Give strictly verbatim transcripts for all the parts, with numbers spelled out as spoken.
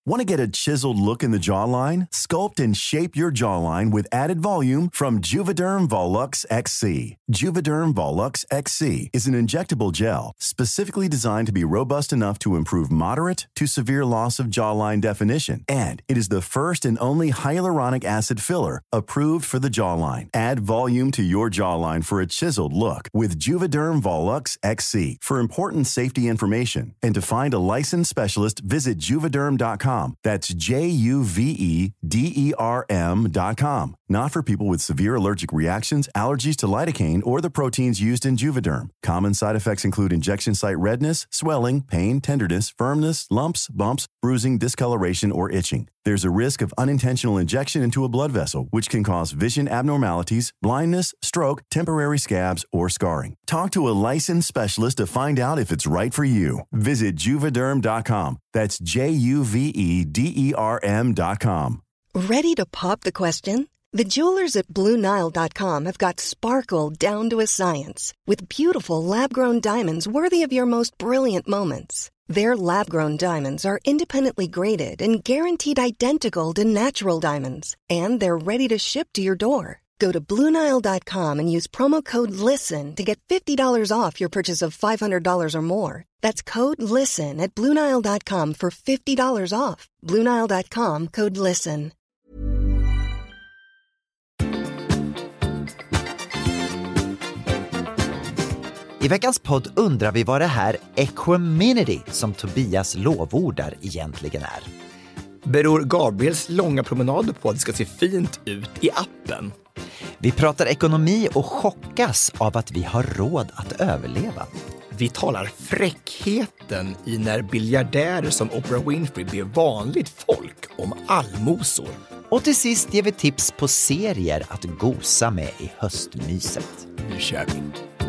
Want to get a chiseled look in the jawline? Sculpt and shape your jawline with added volume from Juvederm Volux X C. Juvederm Volux X C is an injectable gel specifically designed to be robust enough to improve moderate to severe loss of jawline definition. And it is the first and only hyaluronic acid filler approved for the jawline. Add volume to your jawline for a chiseled look with Juvederm Volux X C. For important safety information and to find a licensed specialist, visit juvederm dot com. That's J U V E D E R M dot com. Not for people with severe allergic reactions, allergies to lidocaine, or the proteins used in Juvederm. Common side effects include injection site redness, swelling, pain, tenderness, firmness, lumps, bumps, bruising, discoloration, or itching. There's a risk of unintentional injection into a blood vessel, which can cause vision abnormalities, blindness, stroke, temporary scabs, or scarring. Talk to a licensed specialist to find out if it's right for you. Visit juvederm dot com. That's J U V E D E R M dot com. Ready to pop the question? The jewelers at Blue Nile dot com have got sparkle down to a science with beautiful lab-grown diamonds worthy of your most brilliant moments. Their lab-grown diamonds are independently graded and guaranteed identical to natural diamonds, and they're ready to ship to your door. Go to Blue Nile dot com and use promo code LISTEN to get fifty dollars off your purchase of five hundred dollars or more. That's code LISTEN at Blue Nile dot com for fifty dollars off. Blue Nile dot com, code LISTEN. I veckans podd undrar vi vad det här equanimity som Tobias lovordar egentligen är. Beror Gabriels långa promenader på att det ska se fint ut i appen? Vi pratar ekonomi och chockas av att vi har råd att överleva. Vi talar fräckheten i när biljardärer som Oprah Winfrey blev vanligt folk om allmosor. Och till sist ger vi tips på serier att gosa med i höstmyset. Nu kör vi.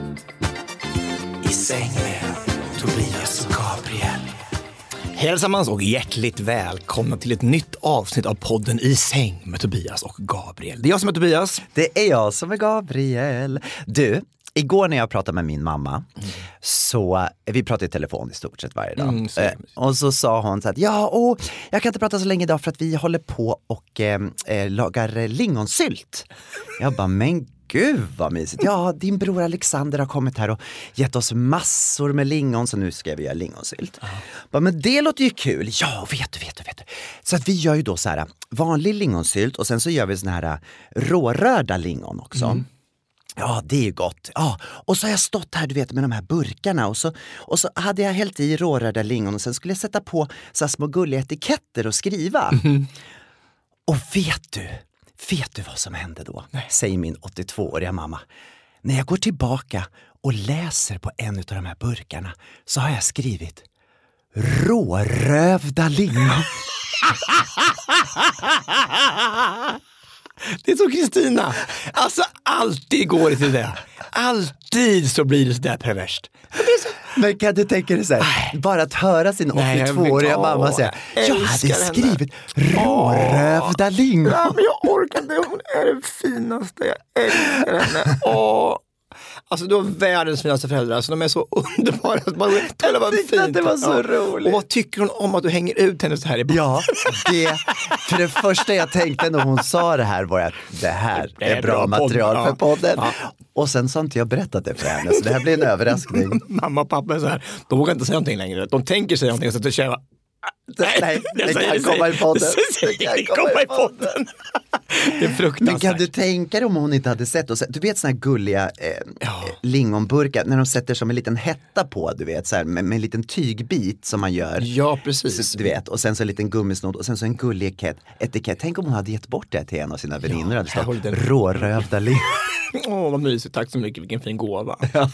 I säng med Tobias och Gabriel. Hälsammans och hjärtligt välkomna till ett nytt avsnitt av podden I säng med Tobias och Gabriel. Det är jag som är Tobias. Det är jag som är Gabriel. Du, igår när jag pratade med min mamma mm. så, vi pratade i telefon i stort sett varje dag. Mm, så, eh, och så sa hon så att ja, och jag kan inte prata så länge idag för att vi håller på och eh, eh, lagar lingonsylt. Jag bara, men gud vad mysigt. Ja, din bror Alexander har kommit här och gett oss massor med lingon, så nu ska vi göra lingonsylt. Uh-huh. Bara, men det låter ju kul. Ja, vet du, vet du, vet du. Så att vi gör ju då så här vanlig lingonsylt och sen så gör vi såna här rårörda lingon också. Mm. Ja, det är ju gott. Ja, och så har jag stått här, du vet, med de här burkarna och så, och så hade jag hällt i rårörda lingon och sen skulle jag sätta på så här små gulliga etiketter och skriva. Mm. Och vet du, vet du vad som hände då? Nej. Säger min åttiotvååriga mamma. När jag går tillbaka och läser på en av de här burkarna så har jag skrivit rårövda lingon. Det är så Kristina. Alltså alltid går det till det. Alltid så blir det så där perverst. Så... Men kan du tänka dig så här, bara att höra sin åttiotvååriga mamma säga, jag hade skrivit rårövda lingon. Ja, men jag orkar inte, hon är det finaste, jag älskar henne. Åh. Alltså du har världens finaste föräldrar, alltså de är så underbara. Man jag vad tyckte fint. Att det var så ja. roligt. Och vad tycker hon om att du hänger ut henne så här i Ja, det, för det första jag tänkte när hon sa det här var att det här det är, är bra, bra material ja. för podden. Ja. Och sen så har inte jag berättat det för henne, så det här blir en överraskning. Mamma och pappa är så här, de vågar inte säga någonting längre. De tänker sig någonting så att du känner Nej, nej, det, det kan komma i podden. Det kan komma i podden. Det är fruktansvärt. Men kan du tänka dig om hon inte hade sett? Och sett du vet såna här gulliga eh, ja. lingonburkar när de sätter som en liten hetta på, du vet, så här, med, med en liten tygbit som man gör. Ja, precis. Så, du vet, och sen så en liten gummisnodd och sen så en gullig etikett. etikett. Tänk om hon hade gett bort det till en av sina väninnor. Ja, hade stått rårövda lingon. Åh, oh, vad mysigt. Tack så mycket. Vilken fin gåva. Ja.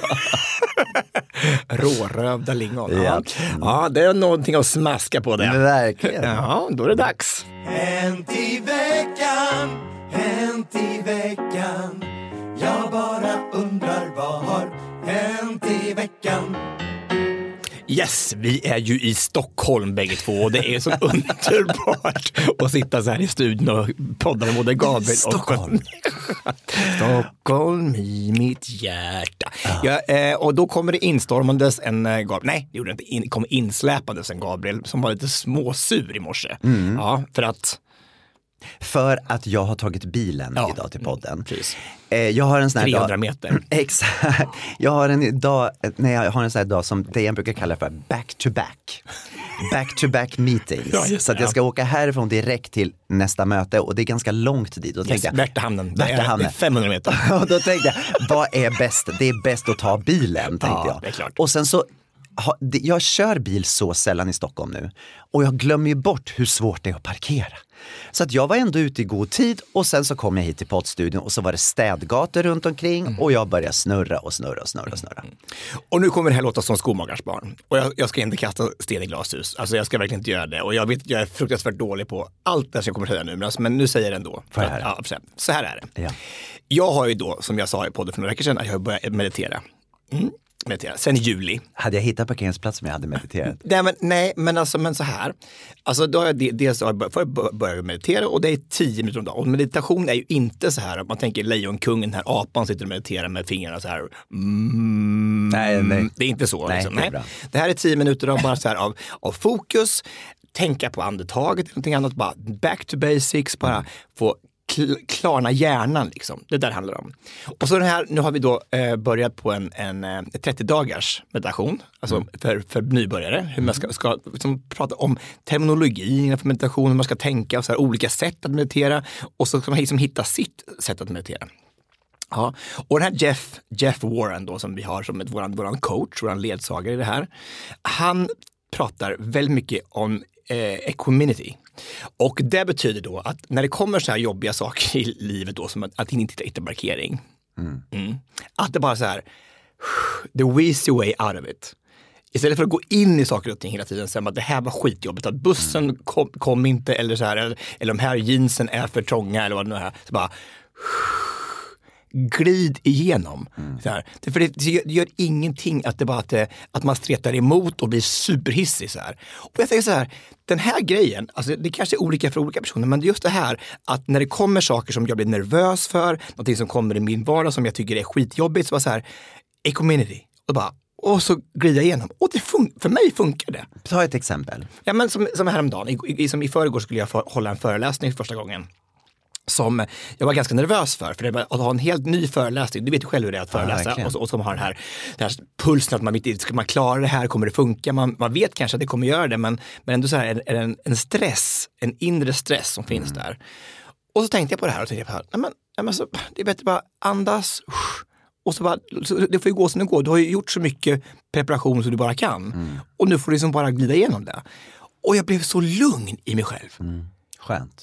Rårövda lingon. Ja. Ja. ja, det är någonting att smaska på det. Verkligen. Ja, då är det dags. Hänt i veckan, hänt i veckan. Jag bara undrar vad har hänt i veckan. Yes, vi är ju i Stockholm bägge två och det är så underbart att sitta så här i studion och podda med både Gabriel Stockholm. och Stockholm i mitt hjärta. Ja. Ja, eh, och då kommer det instormandes en eh, Gabriel, nej det gjorde det inte, in, kom insläpandes en Gabriel som var lite småsur i morse. Mm. Ja, för att För att jag har tagit bilen ja. idag till podden. Precis. Jag har en sån här trehundra dag, meter. Exakt. Jag har en dag, nej, jag har en sån här dag som det jag brukar kalla för back to back. Back to back meetings. Ja, just, så att jag ska ja. åka härifrån direkt till nästa möte och det är ganska långt dit. Då yes, jag, Värtahamnen. Det är, det är femhundra meter. Och då tänkte jag, vad är bäst? Det är bäst att ta bilen, tänkte ja, jag. Det är klart. Och sen så jag kör bil så sällan i Stockholm nu och jag glömmer ju bort hur svårt det är att parkera. Så att jag var ändå ute i god tid och sen så kom jag hit till poddstudion och så var det städgator runt omkring mm. och jag började snurra och snurra och snurra och snurra. Mm. Och nu kommer det här låta som skomagarsbarn och jag, jag ska inte kasta sten i glashus. Alltså jag ska verkligen inte göra det och jag vet att jag är fruktansvärt dålig på allt det som jag kommer säga nu, men nu säger jag det ändå. För att, ja, så här är det. Ja. Jag har ju då, som jag sa i podden för några veckor sedan, att jag har börjat meditera. Mm. Meditera. Sen i juli. Hade jag hittat parkeringsplats som jag hade mediterat? Nej, men, nej, men, alltså, men så här. Alltså, då har jag dels börjat meditera och det är tio minuter om dagen. Och meditation är ju inte så här att man tänker Lejonkungen, den här apan sitter och mediterar med fingrarna så här. Mm, nej, nej. Det är inte så. Nej, liksom. det, är nej. Det här är tio minuter av, bara så här, av, av fokus, tänka på andetaget, någonting annat, bara back to basics, bara få klarna hjärnan liksom. Det där handlar om. Och så den här, nu har vi då eh, börjat på en, en, en trettio dagars meditation, alltså mm. för, för nybörjare. Hur man ska, ska liksom, prata om terminologi för meditation, hur man ska tänka och så här, olika sätt att meditera och så ska man liksom hitta sitt sätt att meditera. Ja. Och den här Jeff, Jeff Warren då, som vi har som ett, våran, våran coach, våran ledsagare i det här, han pratar väldigt mycket om eh, equanimity. Och det betyder då att när det kommer så här jobbiga saker i livet då, som att, att inte hitta parkering, mm. Mm, att det bara så här, the easy way out of it. Istället för att gå in i saker och ting hela tiden, säga att det här var skitjobbigt, att bussen mm. kom, kom inte, eller så här, eller, eller de här jeansen är för trånga, eller vad det nu är. Så bara glid igenom. Mm. Så här. För det gör, det gör ingenting att det bara att, det, att man stretar emot och blir superhissig så här. Och jag tänker så här, den här grejen, alltså det kanske är olika för olika personer, men just det här att när det kommer saker som jag blir nervös för, någonting som kommer i min vardag som jag tycker är skitjobbigt, så bara så här, equanimity. Och bara, och så glider jag igenom. Och det fun- för mig funkar det. Ta ett exempel. Ja, men som, som häromdagen, i, i, som i förrgår skulle jag få, hålla en föreläsning första gången. Som jag var ganska nervös för. För det var att ha en helt ny föreläsning. Du vet ju själv hur det är att föreläsa. Ja, och, och som har den här, den här pulsen att man vet, ska man klara det här, kommer det funka? Man, man vet kanske att det kommer göra det, men, men ändå så här är det en, en stress, en inre stress som finns mm. där. Och så tänkte jag på det här och tänkte jag på, nej men, nej men så, det är bättre bara andas. Och så bara, så det får ju gå som det går. Du har ju gjort så mycket preparation som du bara kan. Mm. Och nu får du liksom bara glida igenom det. Och jag blev så lugn i mig själv. Mm. Skönt.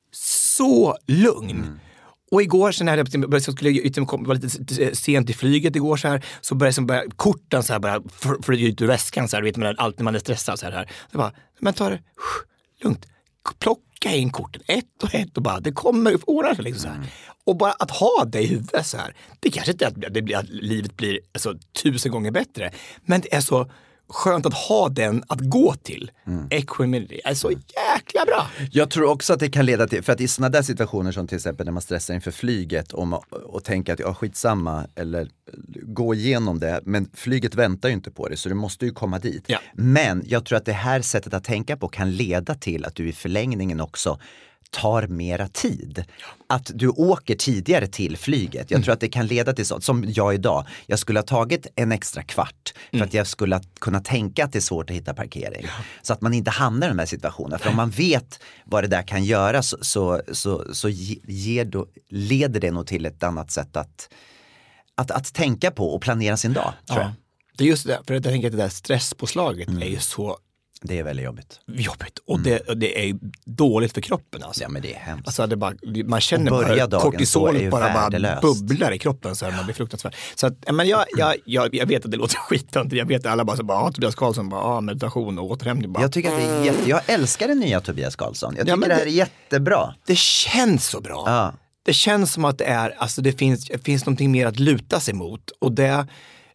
Så lugn. Mm. Och igår så när jag skulle jag var lite sent i flyget igår så här, så började jag börja, korten så här bara flyga ut ur väskan så här, vet man alltid när man är stressad så här. här. Så bara, men ta det lugnt. Plocka in korten ett och ett och bara, det kommer ordna sig liksom så här. Mm. Och bara att ha det i huvudet så här, det kanske inte är att, det blir, att livet blir alltså, tusen gånger bättre, men det är så skönt att ha den att gå till. Mm. Equanimity är så jäkla bra. Jag tror också att det kan leda till, för att i sådana där situationer som till exempel när man stressar inför flyget och, man, och tänker att ja, skitsamma eller gå igenom det, men flyget väntar ju inte på det så du måste ju komma dit. Ja. Men jag tror att det här sättet att tänka på kan leda till att du i förlängningen också tar mera tid. Att du åker tidigare till flyget. Jag tror att det kan leda till sånt. Som jag idag. Jag skulle ha tagit en extra kvart för mm. att jag skulle kunna tänka att det är svårt att hitta parkering. Så att man inte hamnar i de här situationerna. För om man vet vad det där kan göra så, så, så, så ger då, leder det nog till ett annat sätt att, att, att tänka på och planera sin dag. Tror jag. Ja. Det är just det. För jag tänker att det där stresspåslaget mm. är ju så Det är väldigt jobbigt. Jobbigt. Och, mm. det, och det är dåligt för kroppen. Alltså. Ja, men det är hemskt. Alltså, det bara, man känner bara kortisol bara, bara bubblar i kroppen så här, man blir fruktansvärt. Så att, men jag, jag, jag, jag vet att det låter skitöntigt. Jag vet att alla bara så bara, ah, Tobias Karlsson, bara, ah, meditation och återhämtning. Bara. Jag tycker att det är jätte, jag älskar den nya Tobias Karlsson. Jag tycker ja, det här är jättebra. Det känns så bra. Ja. Det känns som att det är, alltså det finns, det finns någonting mer att luta sig mot. Och det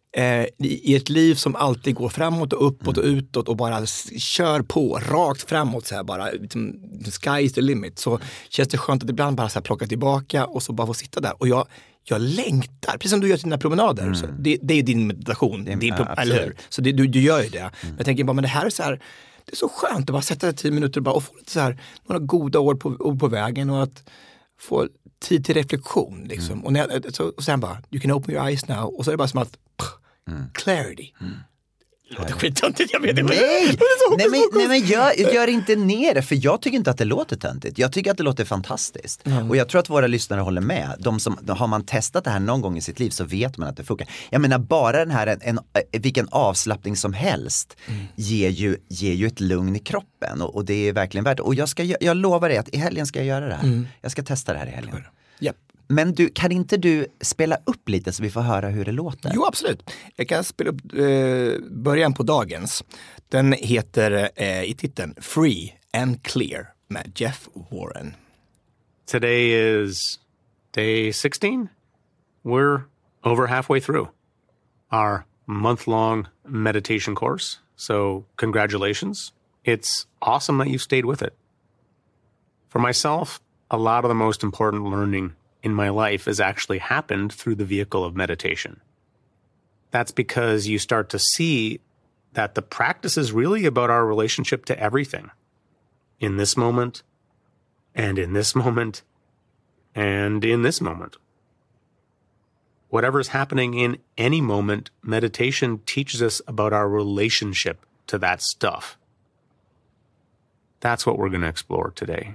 eh, i ett liv som alltid går framåt och uppåt och utåt och bara kör på rakt framåt så här bara, liksom, sky is the limit, så känns det skönt att ibland bara så här plocka tillbaka och så bara få sitta där. Och jag, jag längtar, precis som du gör till dina promenader. Mm. Så det, det är ju din meditation, det är, din, ja, eller hur? Så det, du, du gör ju det. Mm. Jag tänker bara, men det här är så här, det är så skönt att bara sätta det tio minuter och, bara, och få lite så här, några goda år på, ord på vägen och att få tid till reflektion. Liksom. Mm. Och, när jag, så, och sen bara, you can open your eyes now. Och så är det bara som att, pff, mm. clarity. Mm. Det låter skittöntigt, jag vet inte. Nej, nej men, nej, men gör, gör inte ner det, för jag tycker inte att det låter töntigt. Jag tycker att det låter fantastiskt. Mm. Och jag tror att våra lyssnare håller med. De som, har man testat det här någon gång i sitt liv så vet man att det funkar. Jag menar, bara den här, en, en, vilken avslappning som helst mm. ger, ju, ger ju ett lugn i kroppen. Och, och det är verkligen värt. Och jag, ska, jag lovar dig att i helgen ska jag göra det här. Mm. Jag ska testa det här i helgen. Yep. Men du, kan inte du spela upp lite så vi får höra hur det låter? Jo, absolut. Jag kan spela upp eh, början på dagens. Den heter eh, i titeln Free and Clear med Jeff Warren. Today is day sixteen. We're over halfway through our month-long meditation course. So congratulations. It's awesome that you stayed with it. For myself, a lot of the most important learning in my life has actually happened through the vehicle of meditation. That's because you start to see that the practice is really about our relationship to everything. In this moment, and in this moment, and in this moment. Whatever's happening in any moment, meditation teaches us about our relationship to that stuff. That's what we're going to explore today.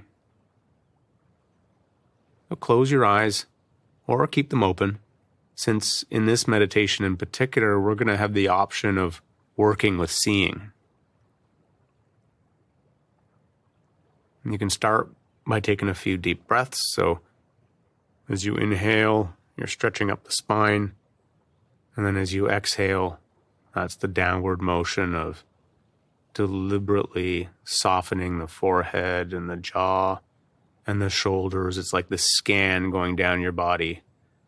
So close your eyes or keep them open, since in this meditation in particular, we're going to have the option of working with seeing. And you can start by taking a few deep breaths. So as you inhale, you're stretching up the spine. And then as you exhale, that's the downward motion of deliberately softening the forehead and the jaw and the shoulders. It's like the scan going down your body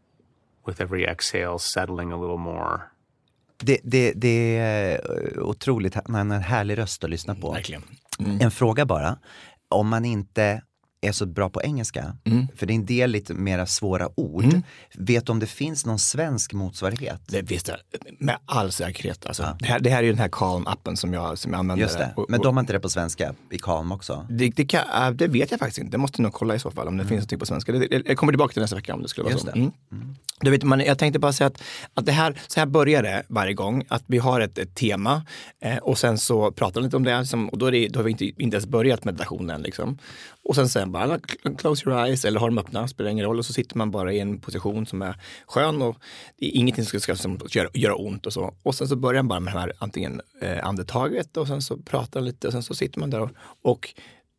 with every exhale settling a little more. Det, det, det är otroligt, han har en härlig röst att lyssna på. Verkligen. Mm. En fråga bara. Om man inte är så bra på engelska, mm. för det är en del lite mera svåra ord. Mm. Vet du om det finns någon svensk motsvarighet? Det visst jag, med all säkerhet. Alltså. Ja. Det, här, det här är ju den här Calm-appen som jag, som jag använder. Just det, men de har inte det på svenska i Calm också? Det, det, kan, det vet jag faktiskt inte. Det måste nog kolla i så fall om det mm. finns något på svenska. Det, jag kommer tillbaka till nästa vecka om det skulle vara Just så. Det. Mm. Mm. Du vet, man, jag tänkte bara säga att, att det här, så här börjar det varje gång. Att vi har ett, ett tema eh, och sen så pratar vi lite om det. Liksom, och då, är det, då har vi inte, inte ens börjat meditationen. Liksom. Och sen sen bara close your eyes eller har dem öppna, spelar ingen roll. Och så sitter man bara i en position som är skön och det är ingenting som ska, ska göra, göra ont och så. Och sen så börjar man bara med det här antingen eh, andetaget och sen så pratar lite och sen så sitter man där och, och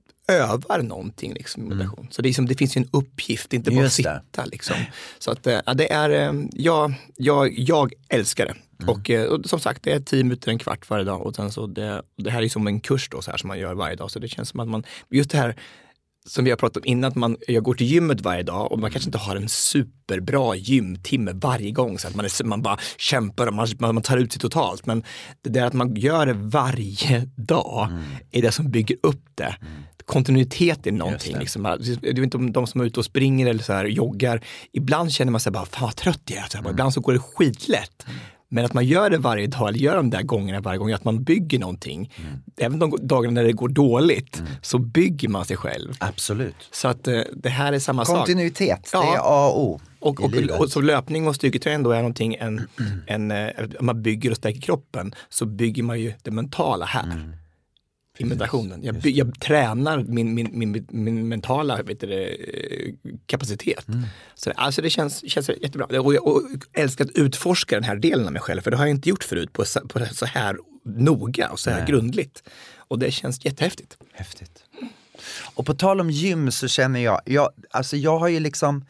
övar någonting liksom i meditation. Mm. Så det, är som, det finns ju en uppgift, inte bara att sitta liksom. Så att ja, det är, ja, jag, jag älskar det. Mm. Och, och som sagt, det är tio minuter, en kvart varje dag och sen så det, det här är som en kurs då så här som man gör varje dag. Så det känns som att man, just det här som vi har pratat om innan, att man, jag går till gymmet varje dag och man kanske inte har en superbra gymtimme varje gång så att man, är, man bara kämpar och man, man tar ut sig totalt. Men det där att man gör det varje dag mm. är det som bygger upp det. Mm. Kontinuitet är någonting. Liksom. Jag vet inte om de som är ute och springer eller så här, joggar. Ibland känner man sig bara, fan vad trött jag är. Så här, mm. Ibland så går det skitlätt. Mm. Men att man gör det varje dag, eller gör de där gångerna varje gång, att man bygger någonting. Mm. Även de dagarna när det går dåligt, mm. så bygger man sig själv. Absolut. Så att eh, det här är samma Kontinuitet, sak. det är A och O. Och, och, och, och så löpning och styrketräning då är någonting, en, en, en, man bygger och stärker kroppen, så bygger man ju det mentala här. Mm. I meditationen. Jag, jag tränar min, min, min, min mentala vet du, kapacitet. Mm. Så, alltså det känns, känns jättebra. Och jag och älskar att utforska den här delen av mig själv. För det har jag inte gjort förut på, på så här noga och så här Nej. grundligt. Och det känns jättehäftigt. Häftigt. Och på tal om gym så känner jag, jag alltså jag har ju liksom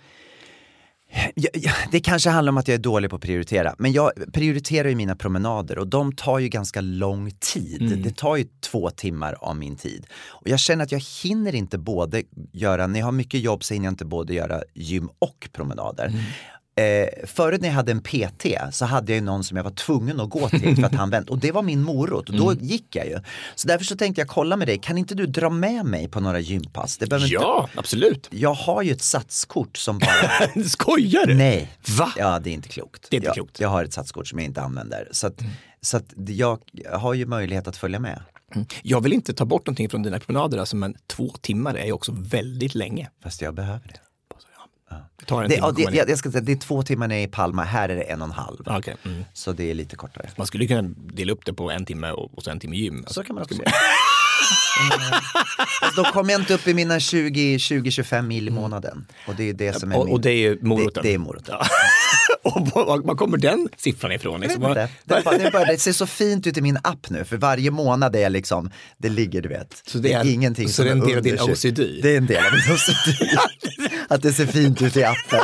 Jag, jag, det kanske handlar om att jag är dålig på att prioritera. Men jag prioriterar ju mina promenader och de tar ju ganska lång tid. Mm. Det tar ju två timmar av min tid. Och jag känner att jag hinner inte både göra, när jag har mycket jobb så hinner jag inte både göra gym och promenader. Eh, förut när jag hade en P T så hade jag ju någon som jag var tvungen att gå till för att han vänt. Och det var min morot och då mm. gick jag ju. Så därför så tänkte jag kolla med dig, kan inte du dra med mig på några gympass? Det ja, inte... absolut. Jag har ju ett satskort som bara... Skojar du? Nej. Va? Ja, det är inte klokt. Det är inte jag, klokt. Jag har ett satskort som jag inte använder. Så att, mm. så att jag har ju möjlighet att följa med. Mm. Jag vill inte ta bort någonting från dina promenader, alltså, men två timmar är ju också väldigt länge. Fast jag behöver det. Ja. Det, ja, det, jag, jag ska säga, det är två timmar nere i Palma, här är det en och en halv. Okay. Mm. Så det är lite kortare. Man skulle kunna dela upp det på en timme och, och så en timme gym. Så kan man också säga. Alltså, då kommer jag inte upp i mina tjugo till tjugofem mil i månaden. Och det är det som är och, min... och det är moroten. Det, det är moroten. Ja. Och var kommer den siffran ifrån? Liksom? Jag vet inte. Det, bara, det, bara, det ser så fint ut i min app nu. För varje månad är jag liksom, det ligger du vet. Så det är, det är ingenting så som det är en del av din O C D? Det är en del av min O C D. Att det ser fint ut i appen.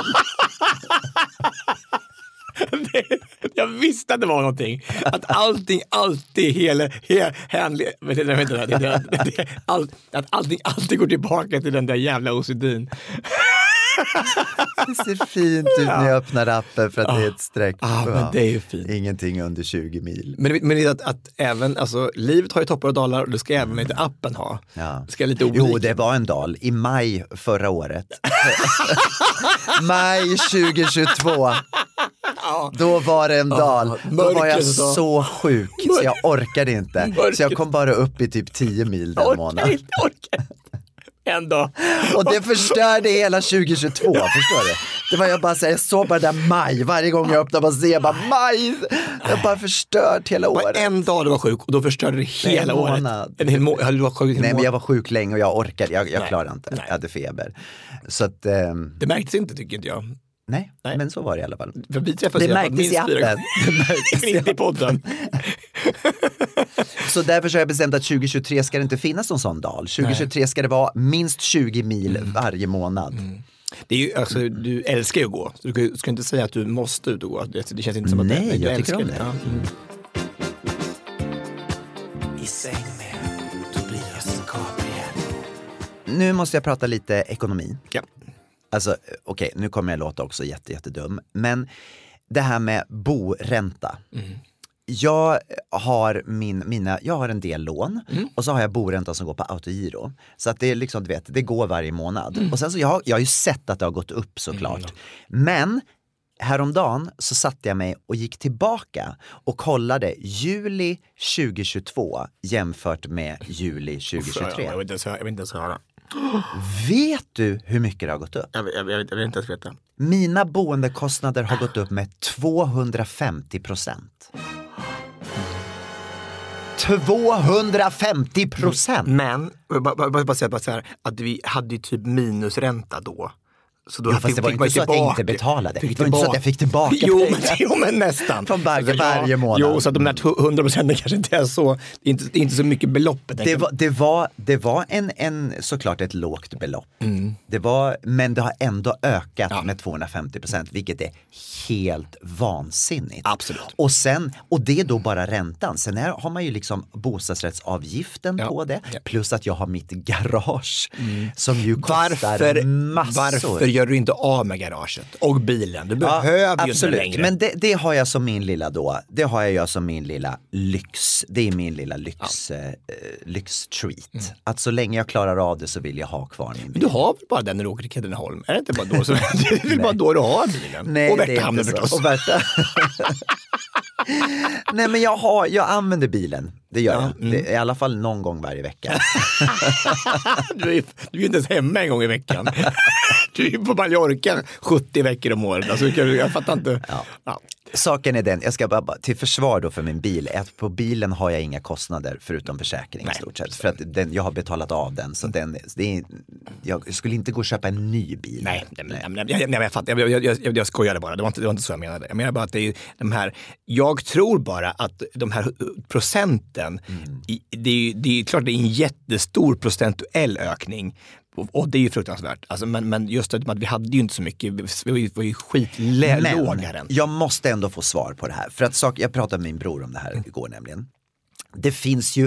Det, jag visste att det var någonting. Att allting alltid hela, hela hänlig, vet du, vet du, det, det, det, all, att allting alltid går tillbaka till den där jävla O C D:n. Det ser fint ut när jag öppnar appen för att ah, det är ett streck. Ah, men det är ju fint. Ingenting under tjugo mil. Men, men det är att, att även, alltså, livet har ju toppar och dalar och det ska även inte appen ha. Ja. Det ska lite olika. Jo, det var en dal i maj förra året. Maj tjugo tjugotvå. Ja. Då var det en dal. Ja, då var jag så, så sjuk så jag orkade inte. Mörker. Så jag kom bara upp i typ tio mil den månaden. En dag. Och det förstörde hela tjugo tjugotvå, förstår du? Det var jag bara så här, jag såg bara där maj. Varje gång jag öppnade bara ser jag bara maj. Jag bara förstört hela året. En dag du var sjuk och då förstörde det hela en året. En hel må- du var sjuk Nej, men jag var sjuk länge och jag orkade. Jag, jag klarade inte. Nej. Jag hade feber. Så att, um... det märktes inte tycker inte jag. Nej, Nej, men så var det i alla fall. För vi det märktes i appen. Det märktes inte i podden. Så därför så har jag bestämt att tjugo tjugotre ska det inte finnas någon sån dal. tjugo tjugotre ska det vara minst tjugo mil mm. varje månad. Mm. Det är ju, alltså, du älskar ju att gå. Så du ska inte säga att du måste ut och gå. Det, det känns inte som att Nej, det, jag tycker om det. Ja. Mm. I säng med Tobias Gabriel. Nu måste jag prata lite ekonomi. Ja. Alltså, okej, okay, nu kommer jag låta också jätte, jättedum. Men det här med boränta. Mm. Jag har min, mina, jag har en del lån mm. och så har jag boränta som går på autogiro. Så att det är liksom, du vet, det går varje månad. Mm. Och sen så, jag, jag har ju sett att det har gått upp såklart. Mm. Men häromdagen så satte jag mig och gick tillbaka och kollade juli tjugo tjugotvå jämfört med juli tjugo tjugotre. Jag vet inte jag vet inte ens höra. Vet du hur mycket det har gått upp? Jag, jag, jag, vet, jag vet inte ens veta. Mina boendekostnader har gått upp med tvåhundrafemtio procent. tvåhundrafemtio procent! Men, bara, bara, bara säga bara så här, att vi hade ju typ minusränta då. Så då jo, fast fick, det var inte så tillbaka. att jag inte betalade. Fick det var inte så att jag fick tillbaka jo, men, jo, men nästan. Från banken varje månad. Jo, så att de där hundra procenten kanske inte är så, det är inte, det är inte så mycket beloppet. Det var, det var, det var en, en, såklart ett lågt belopp. Mm. Det var, men det har ändå ökat ja. med tvåhundrafemtio procent, vilket är helt vansinnigt. Absolut. Och sen, och det är då bara räntan. Sen här har man ju liksom bostadsrättsavgiften ja. på det. Ja. Plus att jag har mitt garage mm. som ju kostar varför, massor. Varför gör du inte av med garaget och bilen? Du behöver ja, ju inte längre. Men det, det har jag som min lilla då. Det har jag ju som min lilla lyx. Det är min lilla lyx, ja. eh, lyx-treat. Mm. Att så länge jag klarar av det så vill jag ha kvar min bil. Men du har väl bara den när du åker till Katrineholm? Är det inte bara då, så, det är bara då du har bilen? Nej, och Värtahamnen förstås. Och Värta. Nej, men jag, har, jag använder bilen. Det gör ja, jag. Mm. Det är i alla fall någon gång varje vecka. du, är, du är inte ens hemma en gång i veckan. Du är på Mallorca sjuttio veckor om året. Alltså, jag fattar inte. Ja. Ja. Saken är den, jag ska bara till försvar då för min bil. Att på bilen har jag inga kostnader förutom försäkring i stort sett. För att den, jag har betalat av den. Så den, det är, jag skulle inte gå och köpa en ny bil. Nej, nej, nej, nej, nej, nej jag fattar. Jag, jag, jag, jag skojade bara. Det var, inte, det var inte så jag menade. Jag menar bara att det är de här, jag tror bara att de här procenten, mm. i, det, är, det är klart det är en jättestor procentuell ökning. Och det är ju fruktansvärt. Alltså, men, men just att vi hade ju inte så mycket. Vi var ju skitlåga. Jag måste ändå få svar på det här. För att sak, jag pratade med min bror om det här igår nämligen. Det finns ju,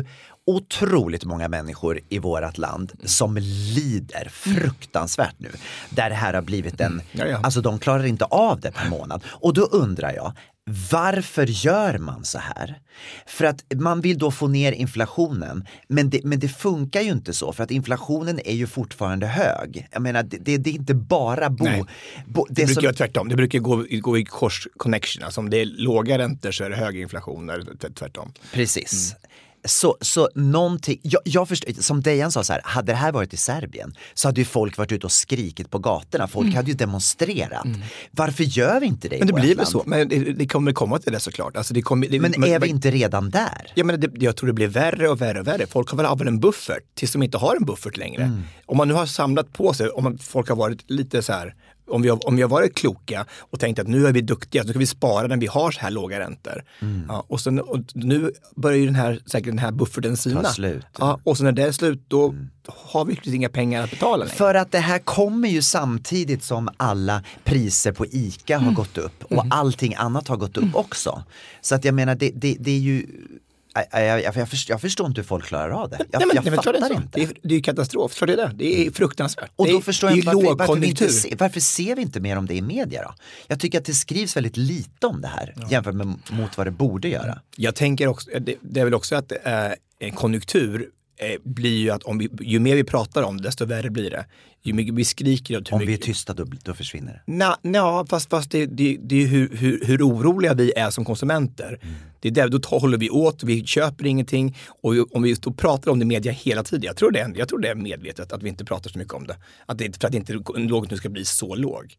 otroligt många människor i vårt land som lider fruktansvärt nu. Där det här har blivit en, ja, ja. alltså de klarar inte av det per månad. Och då undrar jag, varför gör man så här? För att man vill då få ner inflationen, men det, men det funkar ju inte så, för att inflationen är ju fortfarande hög. Jag menar, det, det, det är inte bara bo... bo det, det brukar som... vara tvärtom, det brukar gå, gå i kors connection. Alltså om det är låga räntor så är det hög inflation, eller tvärtom. Precis. Mm. Så, så någonting, jag, jag förstår, som Dejan sa så här, hade det här varit i Serbien så hade ju folk varit ute och skrikit på gatorna, folk mm. hade ju demonstrerat. Mm. Varför gör vi inte det? Men det blir väl land? så, men det, det kommer komma till det såklart. Alltså det kommer, det, men man, är vi man, inte redan där? Ja, men det, jag tror det blir värre och värre och värre. Folk har väl av en buffert tills de inte har en buffert längre. Mm. Om man nu har samlat på sig, om man, folk har varit lite så här, om vi, har, om vi har varit kloka och tänkt att nu är vi duktiga, så ska vi spara när vi har så här låga räntor. Mm. Ja, och, sen, och nu börjar ju den här, säkert den här bufferten sina. Ta slut. Ja, och så när det är slut, då mm. har vi riktigt inga pengar att betala längre. För att det här kommer ju samtidigt som alla priser på ICA mm. har gått upp och mm. allting annat har gått upp mm. också. Så att jag menar, det, det, det är ju... Jag, jag, jag, förstår, jag förstår inte hur folk klarar av det. Jag, nej, men, jag nej, fattar det inte. Det är, det är katastrof, för det är det. Det är fruktansvärt. Och det då är, förstår jag det är varför, varför, vi inte se, varför ser vi inte mer om det i media då? Jag tycker att det skrivs väldigt lite om det här ja. jämfört med mot vad det borde göra. Jag tänker också, det, det är väl också att eh, en konjunktur eh, blir ju att om vi, ju mer vi pratar om det, desto värre blir det. Ju mycket vi skriker. Om mycket, vi är tysta då, då försvinner det. Na, na, fast, fast det, det, det är hur, hur, hur oroliga vi är som konsumenter. Mm. Det är där, då håller vi åt, vi köper ingenting. Och om vi då pratar om det i media hela tiden, jag tror det är, jag tror det är medvetet att vi inte pratar så mycket om det. Att det för att inte lågt ska bli så låg.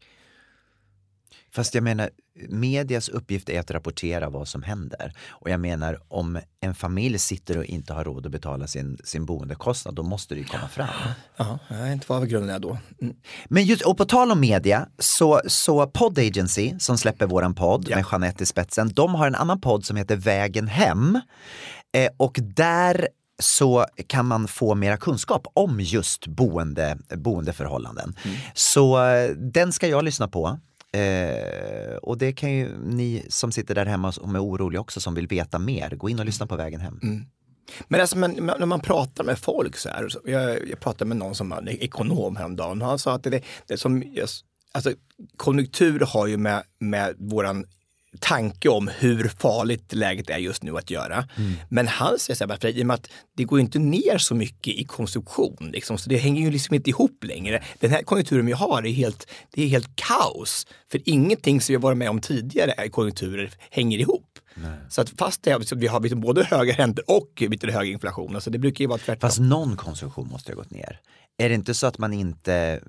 Fast jag menar, medias uppgift är att rapportera vad som händer. Och jag menar, om en familj sitter och inte har råd att betala sin, sin boendekostnad, då måste det ju komma fram. Ja, jag vet inte vad grunden är då. Mm. Men just, och på tal om media, så, så Pod Agency som släpper våran podd ja. med Jeanette i spetsen, de har en annan podd som heter Vägen hem. Eh, och där så kan man få mera kunskap om just boende, boendeförhållanden. Mm. Så eh, den ska jag lyssna på. Eh, och det kan ju ni som sitter där hemma och är oroliga också, som vill veta mer, gå in och lyssna på Vägen hem. Mm. Men alltså, man, när man pratar med folk så här, så jag, jag pratade med någon som var ekonom häromdagen och han sa att det, det som, alltså, konjunktur har ju med, med våran tanke om hur farligt läget är just nu att göra. Mm. Men han säger så här, i och med att det går inte ner så mycket i konsumtion, liksom, så det hänger ju liksom inte ihop längre. Den här konjunkturen vi har är helt, det är helt kaos. För ingenting som vi har varit med om tidigare i konjunkturer hänger ihop. Nej. Så att fast det, så vi har både höga räntor och lite hög inflation. Alltså det brukar ju vara tvärtom. Fast någon konsumtion måste ha gått ner. Är det inte så att man inte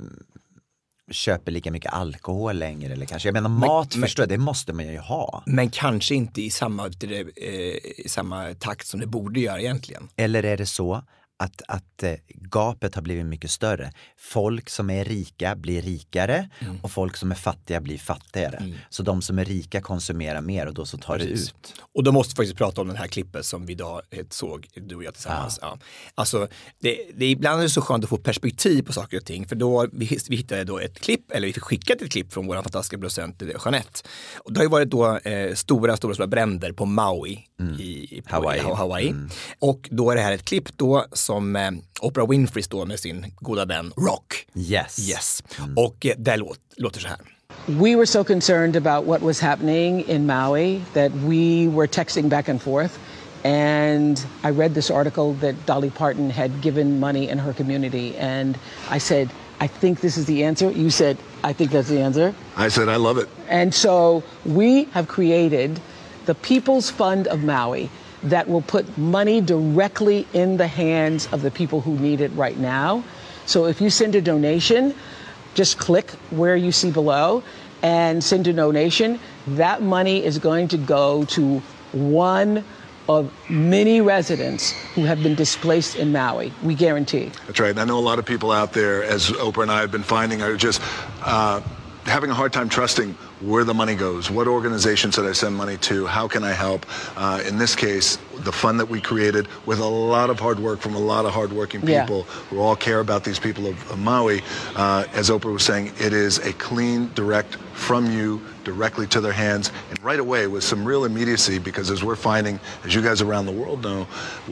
köper lika mycket alkohol längre eller kanske, jag menar mat men, förstår jag, det måste man ju ha. Men kanske inte i samma, eh, i samma takt som det borde göra egentligen. Eller är det så att, att eh, gapet har blivit mycket större. Folk som är rika blir rikare mm. och folk som är fattiga blir fattigare. Mm. Så de som är rika konsumerar mer och då så tar Precis. det ut. Och då måste vi faktiskt prata om den här klippet som vi idag såg, du och jag tillsammans. Ja. Ja. Alltså, det, det är ibland är det så skönt att få perspektiv på saker och ting. För då, vi, vi hittade då ett klipp, eller vi fick skickat ett klipp från vår fantastiska producent Jeanette. Och det har ju varit då eh, stora, stora, stora bränder på Maui mm. i, på, Hawaii. I Hawaii. Mm. Och då är det här ett klipp då som eh, Oprah Winfrey står med sin goda vän Rock. Yes. Yes. Mm. Och eh, det låter, låter så här. We were so concerned about what was happening in Maui that we were texting back and forth. And I read this article that Dolly Parton had given money in her community. And I said, I think this is the answer. You said, I think that's the answer. I said, I love it. And so we have created the People's Fund of Maui that will put money directly in the hands of the people who need it right now. So if you send a donation, just click where you see below and send a donation. That money is going to go to one of many residents who have been displaced in Maui. We guarantee. That's right. And I know a lot of people out there, as Oprah and I have been finding, are just uh, having a hard time trusting where the money goes. What organizations should I send money to? How can I help? Uh, in this case, the fund that we created with a lot of hard work from a lot of hardworking people yeah. who all care about these people of, of Maui. Uh, as Oprah was saying, it is a clean, direct from you directly to their hands and right away with some real immediacy, because as we're finding, as you guys around the world know, with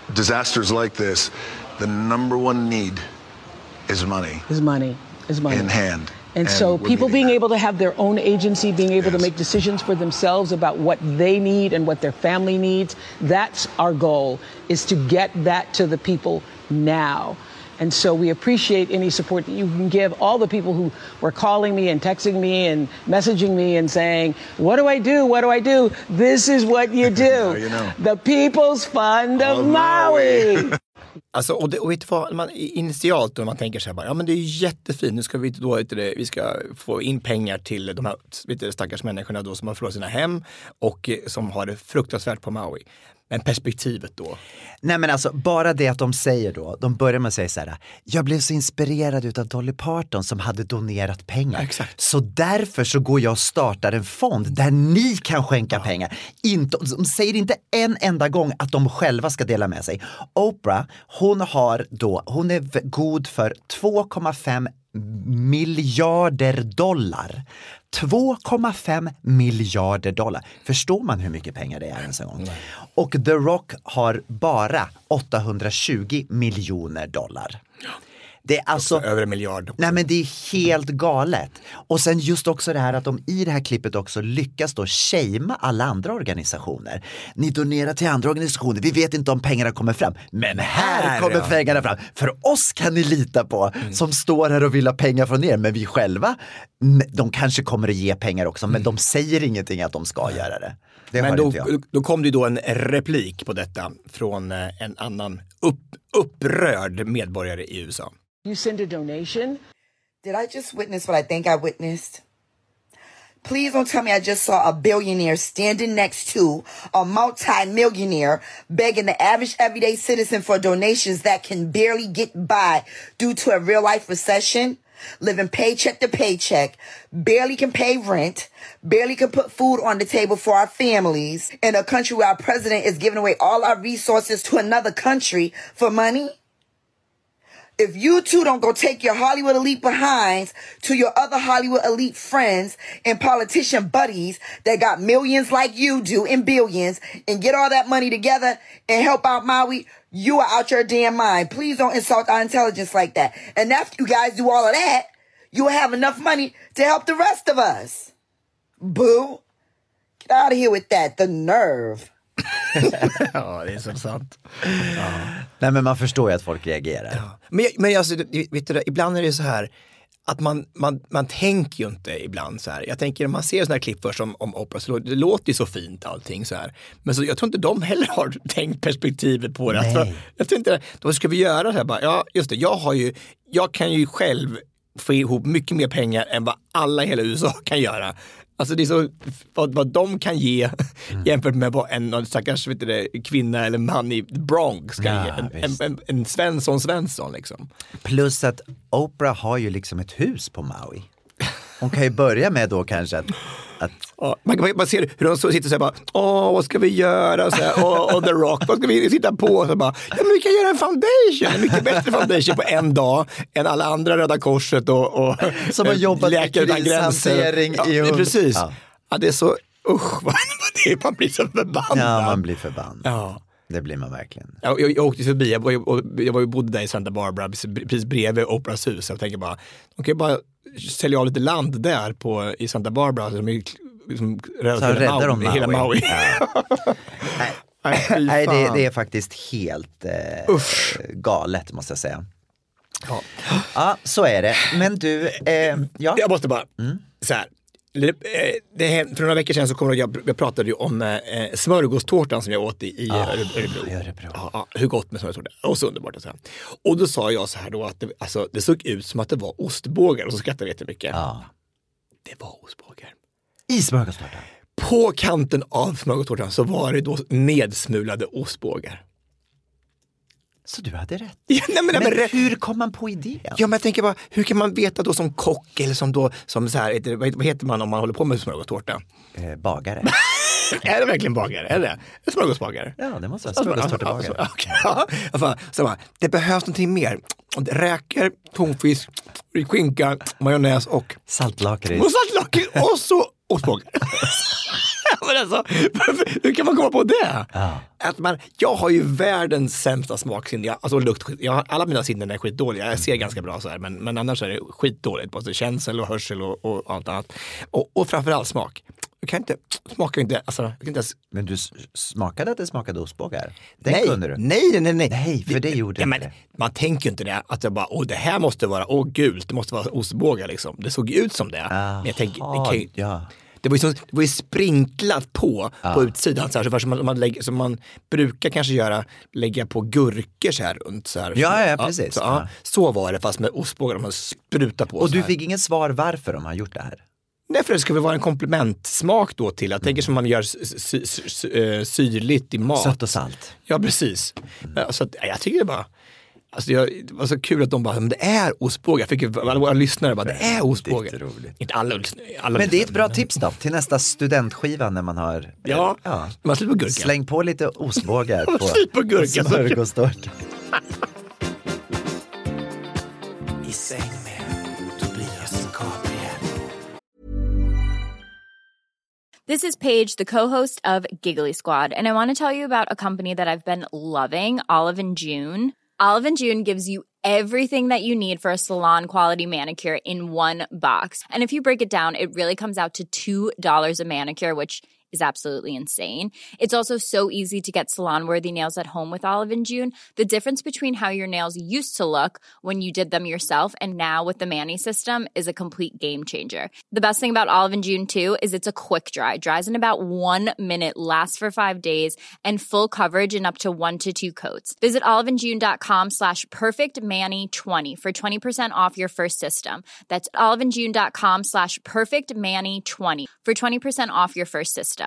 disasters like this, the number one need is money. Is money. Is money. In hand. And, and so people being that. able to have their own agency, being able yes. to make decisions for themselves about what they need and what their family needs, that's our goal, is to get that to the people now. And so we appreciate any support that you can give all the people who were calling me and texting me and messaging me and saying, what do I do? What do I do? This is what you do. you know. The People's Fund of, of Maui. Maui. Alltså, och, det, och vet du vad, man, initialt då man tänker så här bara, ja men det är jättefint, nu ska vi då, det, vi ska få in pengar till de här vet du, stackars människorna då som har förlorat sina hem och som har det fruktansvärt på Maui. Men perspektivet då? Nej men alltså, bara det att de säger då, de börjar med att säga så här, jag blev så inspirerad utav Dolly Parton som hade donerat pengar. Exakt. Så därför så går jag och startar en fond där ni kan skänka ja. pengar. Inte, de säger inte en enda gång att de själva ska dela med sig. Oprah, hon har då, hon är god för två komma fem miljarder dollar. två komma fem miljarder dollar. Förstår man hur mycket pengar det är ens en gång? Nej. Och The Rock har bara åttahundratjugo miljoner dollar. Ja. Det är alltså över en miljard. Nej men det är helt galet. Och sen just också det här att de i det här klippet också lyckas då shamea alla andra organisationer. Ni donerar till andra organisationer. Vi vet inte om pengarna kommer fram. Men här, här kommer ja. pengarna fram. För oss kan ni lita på mm. som står här och vill ha pengar från er. Men vi själva, de kanske kommer att ge pengar också. Men mm. de säger ingenting att de ska göra det. Det men då, då kom det ju då en replik på detta från en annan upp, upprörd medborgare i U S A. You send a donation. Did I just witness what I think I witnessed? Please don't tell me I just saw a billionaire standing next to a multi-millionaire begging the average everyday citizen for donations that can barely get by due to a real-life recession, living paycheck to paycheck, barely can pay rent, barely can put food on the table for our families, in a country where our president is giving away all our resources to another country for money? If you two don't go take your Hollywood elite behinds to your other Hollywood elite friends and politician buddies that got millions like you do and billions and get all that money together and help out Maui, you are out your damn mind. Please don't insult our intelligence like that. And after you guys do all of that, you will have enough money to help the rest of us. Boo. Get out of here with that. The nerve. Ja, det är så sant. Ja. Nej, men man förstår ju att folk reagerar. Ja. Men, men alltså, vet du, ibland är det så här att man, man, man tänker ju inte ibland så här. Jag tänker när man ser sådana här klipp först om, om Oprah, så det låter ju så fint allting så här. Men så, jag tror inte de heller har tänkt perspektivet på det. Alltså, jag tror inte, då ska vi göra så här bara, ja just det, jag har ju, jag kan ju själv få ihop mycket mer pengar än vad alla i hela U S A kan göra. Alltså det är så vad, vad de kan ge mm. jämfört med vad en stackars vet du, kvinna eller man i Bronx kan ja, ge. En, en, en, en Svensson Svensson liksom. Plus att Oprah har ju liksom ett hus på Maui. Hon kan ju börja med då kanske att... att... Ja, man, man ser hur de så sitter och säger bara, åh vad ska vi göra? Så här, och, och The Rock, vad ska vi sitta på? Och så bara, ja men vi kan göra en foundation, en mycket bättre foundation på en dag än alla andra Röda Korset och, och som har jobbat med krishantering ja, i hund. Precis. Ja. Ja, det är så, usch vad det är, man blir så förbannad. Ja, man blir förbannad. Ja. Det blir man verkligen. Jag, jag, jag åkte förbi, jag var ju, jag var ju bodde där i Santa Barbara, precis bredvid Oprahs hus. Jag tänker bara, de kan ju bara sälja av lite land där på, i Santa Barbara. Så de är liksom räddar de Maui. Hela Maui. Ja. Nej, Nej det, det är faktiskt helt eh, galet måste jag säga. Ja. Ja, så är det. Men du, eh, ja. Jag måste bara, mm. så här. Det, för några veckor sedan så kom jag, jag pratade ju om eh, smörgåstårtan som jag åt i, i oh, Örebro. Örebro. Ja, ja, hur gott med smörgåstårta. Och så underbart. Och, så här. Och då sa jag så här då att det, alltså, det såg ut som att det var ostbågar och så skrattade jag jättemycket. Ja. Det var ostbågar. I smörgåstårtan? På kanten av smörgåstårtan så var det då nedsmulade ostbågar. Så du hade rätt. Ja, nej, men, men, men rätt. Hur kom man på idén? Ja, men jag tänker bara, hur kan man veta då som kock eller som då, som så här, vad heter man om man håller på med smörgåstårta? Eh, bagare. Är det verkligen bagare? Är det? Är smörgåsbagare? Ja, det måste vara smörgåstårtebagare. Ja, ja, så bara, det behövs någonting mer. Räkor, tonfisk, skinka, majonnäs och saltlakrits. Och saltlakrits och så ostbågar. Men alltså, hur kan man komma på det? Ja. Att man, jag har ju världens sämsta smaksinne. Jag, alltså lukt, jag har, alla mina sinnen är skitdåliga. Jag ser ganska bra så här, men, men annars är det skitdåligt. Både känsel och hörsel och, och allt annat. Och, och framförallt smak. Jag kan inte, smakar inte, alltså, jag kan inte ens... Men du smakade att det smakade ostbågar? Det nej, kunde du? nej, nej, nej. Nej, för det, det gjorde ja, inte men, man tänker inte det, att jag bara, åh det här måste vara, åh gult, det måste vara ostbågar liksom. Det såg ut som det. Aha, men jag tänker, det, kan ju, ja. det, var ju så, det var ju sprinklat på, ah. på utsidan, så, här, så som, man, man lägger, som man brukar kanske göra, lägga på gurkor så här runt. Så här, ja, ja, precis. Ja, så, ja. Ja, så var det, fast med ostbågar, de har sprutat på. Och du här. fick ingen svar varför de har gjort det här? Nej, för det ska väl vara en komplementsmak då till. Jag tänker som man gör sy- sy- sy- syrligt i mat. Sött och salt. Ja, precis. Mm. Så att, jag tycker det bara... Alltså jag, det var så kul att de bara, men det är ostbågar. Jag fick alla våra lyssnare bara, det är ostbågar. Inte alla, alla men det är ett bra tips då, till nästa studentskiva när man har... Ja, ja. man slipper gurka. Släng på lite ostbågar på, på gurka. på smörgåstårta. I säng med Tobias Gabriel. This is Paige, the co-host of Giggly Squad, and I want to tell you about a company that I've been loving, Olive and June. Olive and June gives you everything that you need for a salon-quality manicure in one box. And if you break it down, it really comes out to two dollars a manicure, which is absolutely insane. It's also so easy to get salon-worthy nails at home with Olive and June. The difference between how your nails used to look when you did them yourself and now with the Mani system is a complete game changer. The best thing about Olive and June too is it's a quick dry. Dries in about one minute, lasts for five days, and full coverage in up to one to two coats. Visit oliveandjune.com slash perfectmani20 for twenty percent off your first system. That's oliveandjune.com slash perfectmani20 for twenty percent off your first system.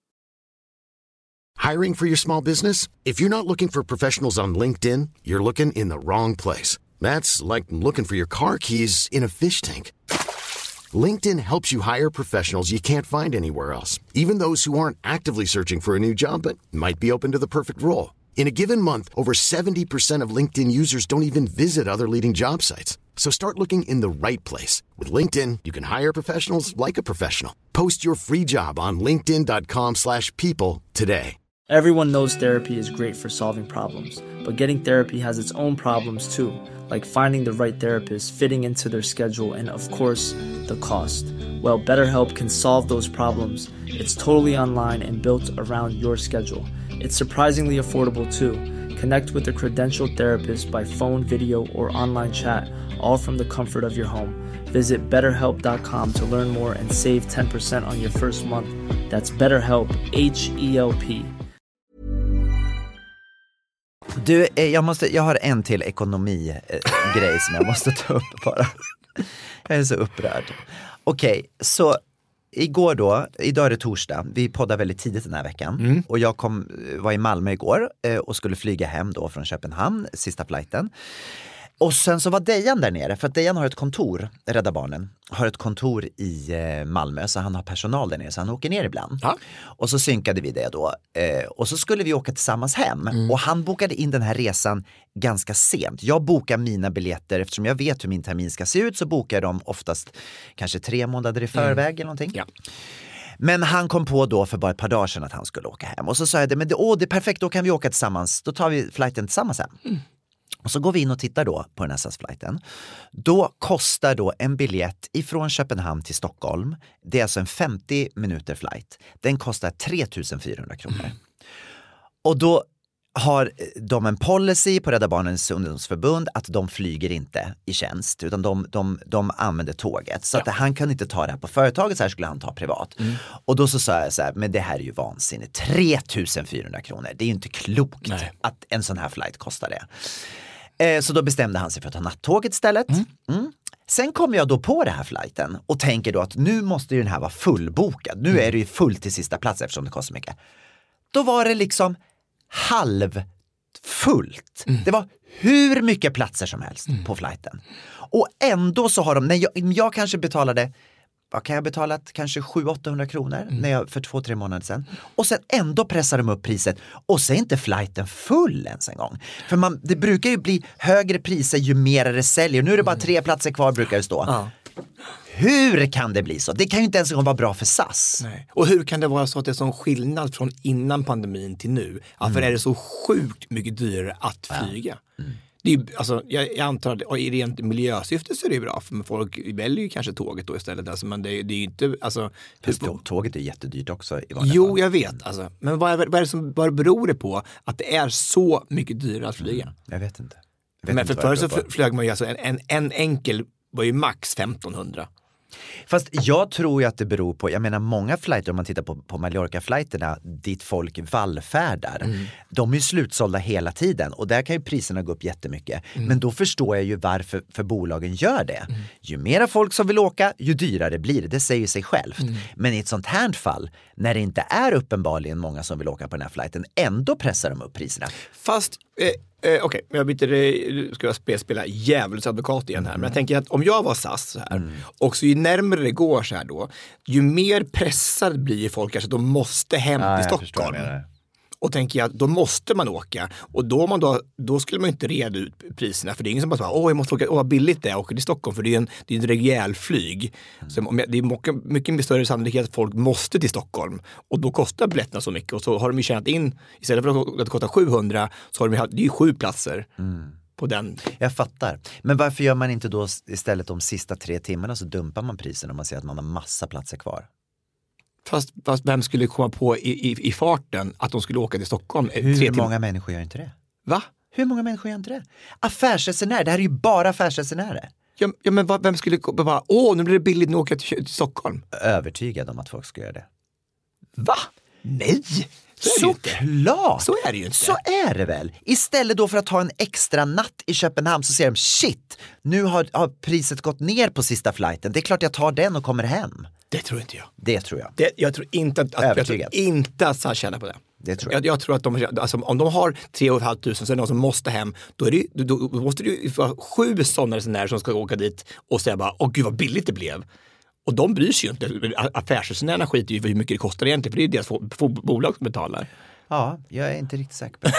Hiring for your small business? If you're not looking for professionals on LinkedIn, you're looking in the wrong place. That's like looking for your car keys in a fish tank. LinkedIn helps you hire professionals you can't find anywhere else, even those who aren't actively searching for a new job but might be open to the perfect role. In a given month, over seventy percent of LinkedIn users don't even visit other leading job sites. So start looking in the right place. With LinkedIn, you can hire professionals like a professional. Post your free job on linkedin.com slash people today. Everyone knows therapy is great for solving problems, but getting therapy has its own problems too, like finding the right therapist, fitting into their schedule, and of course, the cost. Well, BetterHelp can solve those problems. It's totally online and built around your schedule. It's surprisingly affordable too. Connect with a credentialed therapist by phone, video, or online chat, all from the comfort of your home. Visit better help dot com to learn more and save ten percent on your first month. That's BetterHelp, H E L P. Du, jag, måste, jag har en till ekonomi-grej som jag måste ta upp bara. Jag är så upprörd. Okej, okay, så igår då, idag är det torsdag, vi poddar väldigt tidigt den här veckan. Mm. Och jag kom, var i Malmö igår och skulle flyga hem då från Köpenhamn, sista flighten. Och sen så var Dejan där nere, för att Dejan har ett kontor, Rädda Barnen, har ett kontor i Malmö, så han har personal där nere, så han åker ner ibland. Ja. Och så synkade vi det då. Eh, och så skulle vi åka tillsammans hem. Mm. Och han bokade in den här resan ganska sent. Jag bokar mina biljetter, eftersom jag vet hur min termin ska se ut, så bokar jag dem oftast kanske tre månader i förväg mm. eller någonting. Ja. Men han kom på då för bara ett par dagar sedan att han skulle åka hem. Och så sa jag det, men det, åh, det är perfekt, då kan vi åka tillsammans. Då tar vi flighten tillsammans hem. Mm. Och så går vi in och tittar då på den här S A S-flighten. Då kostar då en biljett ifrån Köpenhamn till Stockholm. Det är alltså en femtio minuter flight. Den kostar tre tusen fyrahundra kronor. Mm. Och då har de en policy på Rädda Barnens ungdomsförbund att de flyger inte i tjänst, utan de, de, de använder tåget. Så ja. att han kan inte ta det här på företaget, så här skulle han ta privat. Mm. Och då så sa jag så här, men det här är ju vansinnigt. tre tusen fyrahundra kronor, det är ju inte klokt Nej. att en sån här flight kostar det. Eh, så då bestämde han sig för att ta nattåget istället. Mm. Mm. Sen kommer jag då på det här flighten och tänker då att nu måste ju den här vara fullbokad. Nu mm. är det ju fullt till sista plats eftersom det kostar mycket. Då var det liksom halvfullt. Mm. Det var hur mycket platser som helst mm. på flighten. Och ändå så har de, när jag, jag kanske betalade, vad kan jag betalat? Kanske sju till åttahundra kronor mm. när jag, för två, tre månader sedan. Och sen ändå pressar de upp priset. Och så är inte flighten full ens en gång. För man, det brukar ju bli högre priser ju mer det säljer. Nu är det bara tre platser kvar, brukar det stå. Ja. Hur kan det bli så? Det kan ju inte ens vara bra för S A S. Nej. Och hur kan det vara så att det är sån skillnad från innan pandemin till nu? Ja, för mm. är det så sjukt mycket dyrare att flyga? Ja. Mm. Det är ju, alltså, jag, jag antar att i rent miljösyfte så är det ju bra, för folk väljer ju kanske tåget då istället. Alltså, men det, det är ju inte... Alltså, hur, tåget är jättedyrt också. I jo, fall. jag vet. Alltså. Men vad, är, vad, är det som, vad beror det på att det är så mycket dyrare att flyga? Mm. Jag vet inte. Jag vet men inte för förr så flög man ju alltså en, en, en enkel var ju max femtonhundra. Fast jag tror ju att det beror på, jag menar många flighter, om man tittar på, på Mallorca-flighterna dit folk vallfärdar, mm. de är ju slutsålda hela tiden och där kan ju priserna gå upp jättemycket. Mm. Men då förstår jag ju varför för bolagen gör det. Mm. Ju mera folk som vill åka, ju dyrare blir det, det säger sig självt. Mm. Men i ett sånt här fall, när det inte är uppenbarligen många som vill åka på den här flighten, ändå pressar de upp priserna. Fast... Eh... Eh, Okej, okay. jag byter, ska jag spela djävulens advokat igen här. Mm. Men jag tänker att om jag var S A S så här, mm. och så ju närmare det går så här då, ju mer pressad blir folk kanske att de måste hem ja, till Stockholm. Och tänker jag, då måste man åka. Och då, man då, då skulle man inte reda ut priserna. För det är ingen som bara säger, åh jag måste åka, åh vad billigt det är att åka till Stockholm. För det är en, det är en rejäl flyg. Mm. Så om jag, det är mycket, mycket större sannolikhet att folk måste till Stockholm. Och då kostar biljetterna så mycket. Och så har de ju tjänat in, istället för att det kostar sjuhundra, så har de ju, det är ju sju platser. Mm. På den. Jag fattar. Men varför gör man inte då istället de sista tre timmarna så dumpar man priserna om man ser att man har massa platser kvar? Fast, fast vem skulle komma på i, i, i farten att de skulle åka till Stockholm? Hur tre många människor gör inte det? Va? Hur många människor gör inte det? Affärsresenärer, det här är ju bara affärsresenärer. Ja, ja men vem skulle bara, åh nu blir det billigt att åka till, till Stockholm? Övertygad om att folk ska göra det. Va? Nej! Så klart! Så är det ju inte. Så är det väl. Istället då för att ta en extra natt i Köpenhamn så säger de, shit, nu har, har priset gått ner på sista flighten. Det är klart jag tar den och kommer hem. Det tror inte jag. Det tror jag. Det, jag tror inte att, att, jag tror inte att S A S tjänar på det. Det tror jag. Jag, jag tror att de, alltså, om de har tre och ett halvt tusen så är det någon som måste hem, då, är det, då, då måste det ju vara sju sådana resenärer som ska åka dit och säga bara, åh gud vad billigt det blev. Och de bryr sig ju inte. Affärsresenärerna skiter ju hur mycket det kostar egentligen, för det är deras få, få bolag som betalar. Ja, jag är inte riktigt säker på det.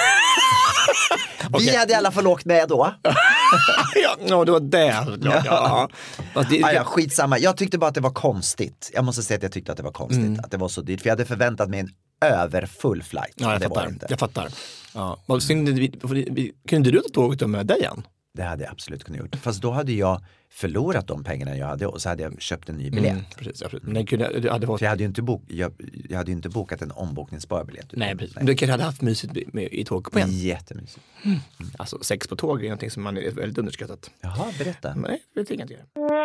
Vi okay. hade i alla fall åkt med då. Ja, det var det. Ja. Ja. Det, ja, ja, skitsamma. Jag tyckte bara att det var konstigt. Jag måste säga att jag tyckte att det var konstigt. Mm. Att det var så dyrt. För jag hade förväntat mig en överfull flight. Ja, jag det fattar. Var inte. Jag fattar. Ja. Och synd, vi, vi, kunde du ta tåget med dig igen? Det hade jag absolut kunnat gjort. Fast då hade jag förlorat de pengarna jag hade och så hade jag köpt en ny biljett. Mm, precis, absolut. Men kunde, du hade fått... För jag hade ju inte, bok, jag, jag hade ju inte bokat en ombokningsbar biljett. Nej, precis. Nej. Du kanske hade haft mysigt med, i tåg på en. Jättemysigt. Mm. Alltså sex på tåg är någonting som man är väldigt underskattat. Jaha, berätta. Nej, det vet jag inte.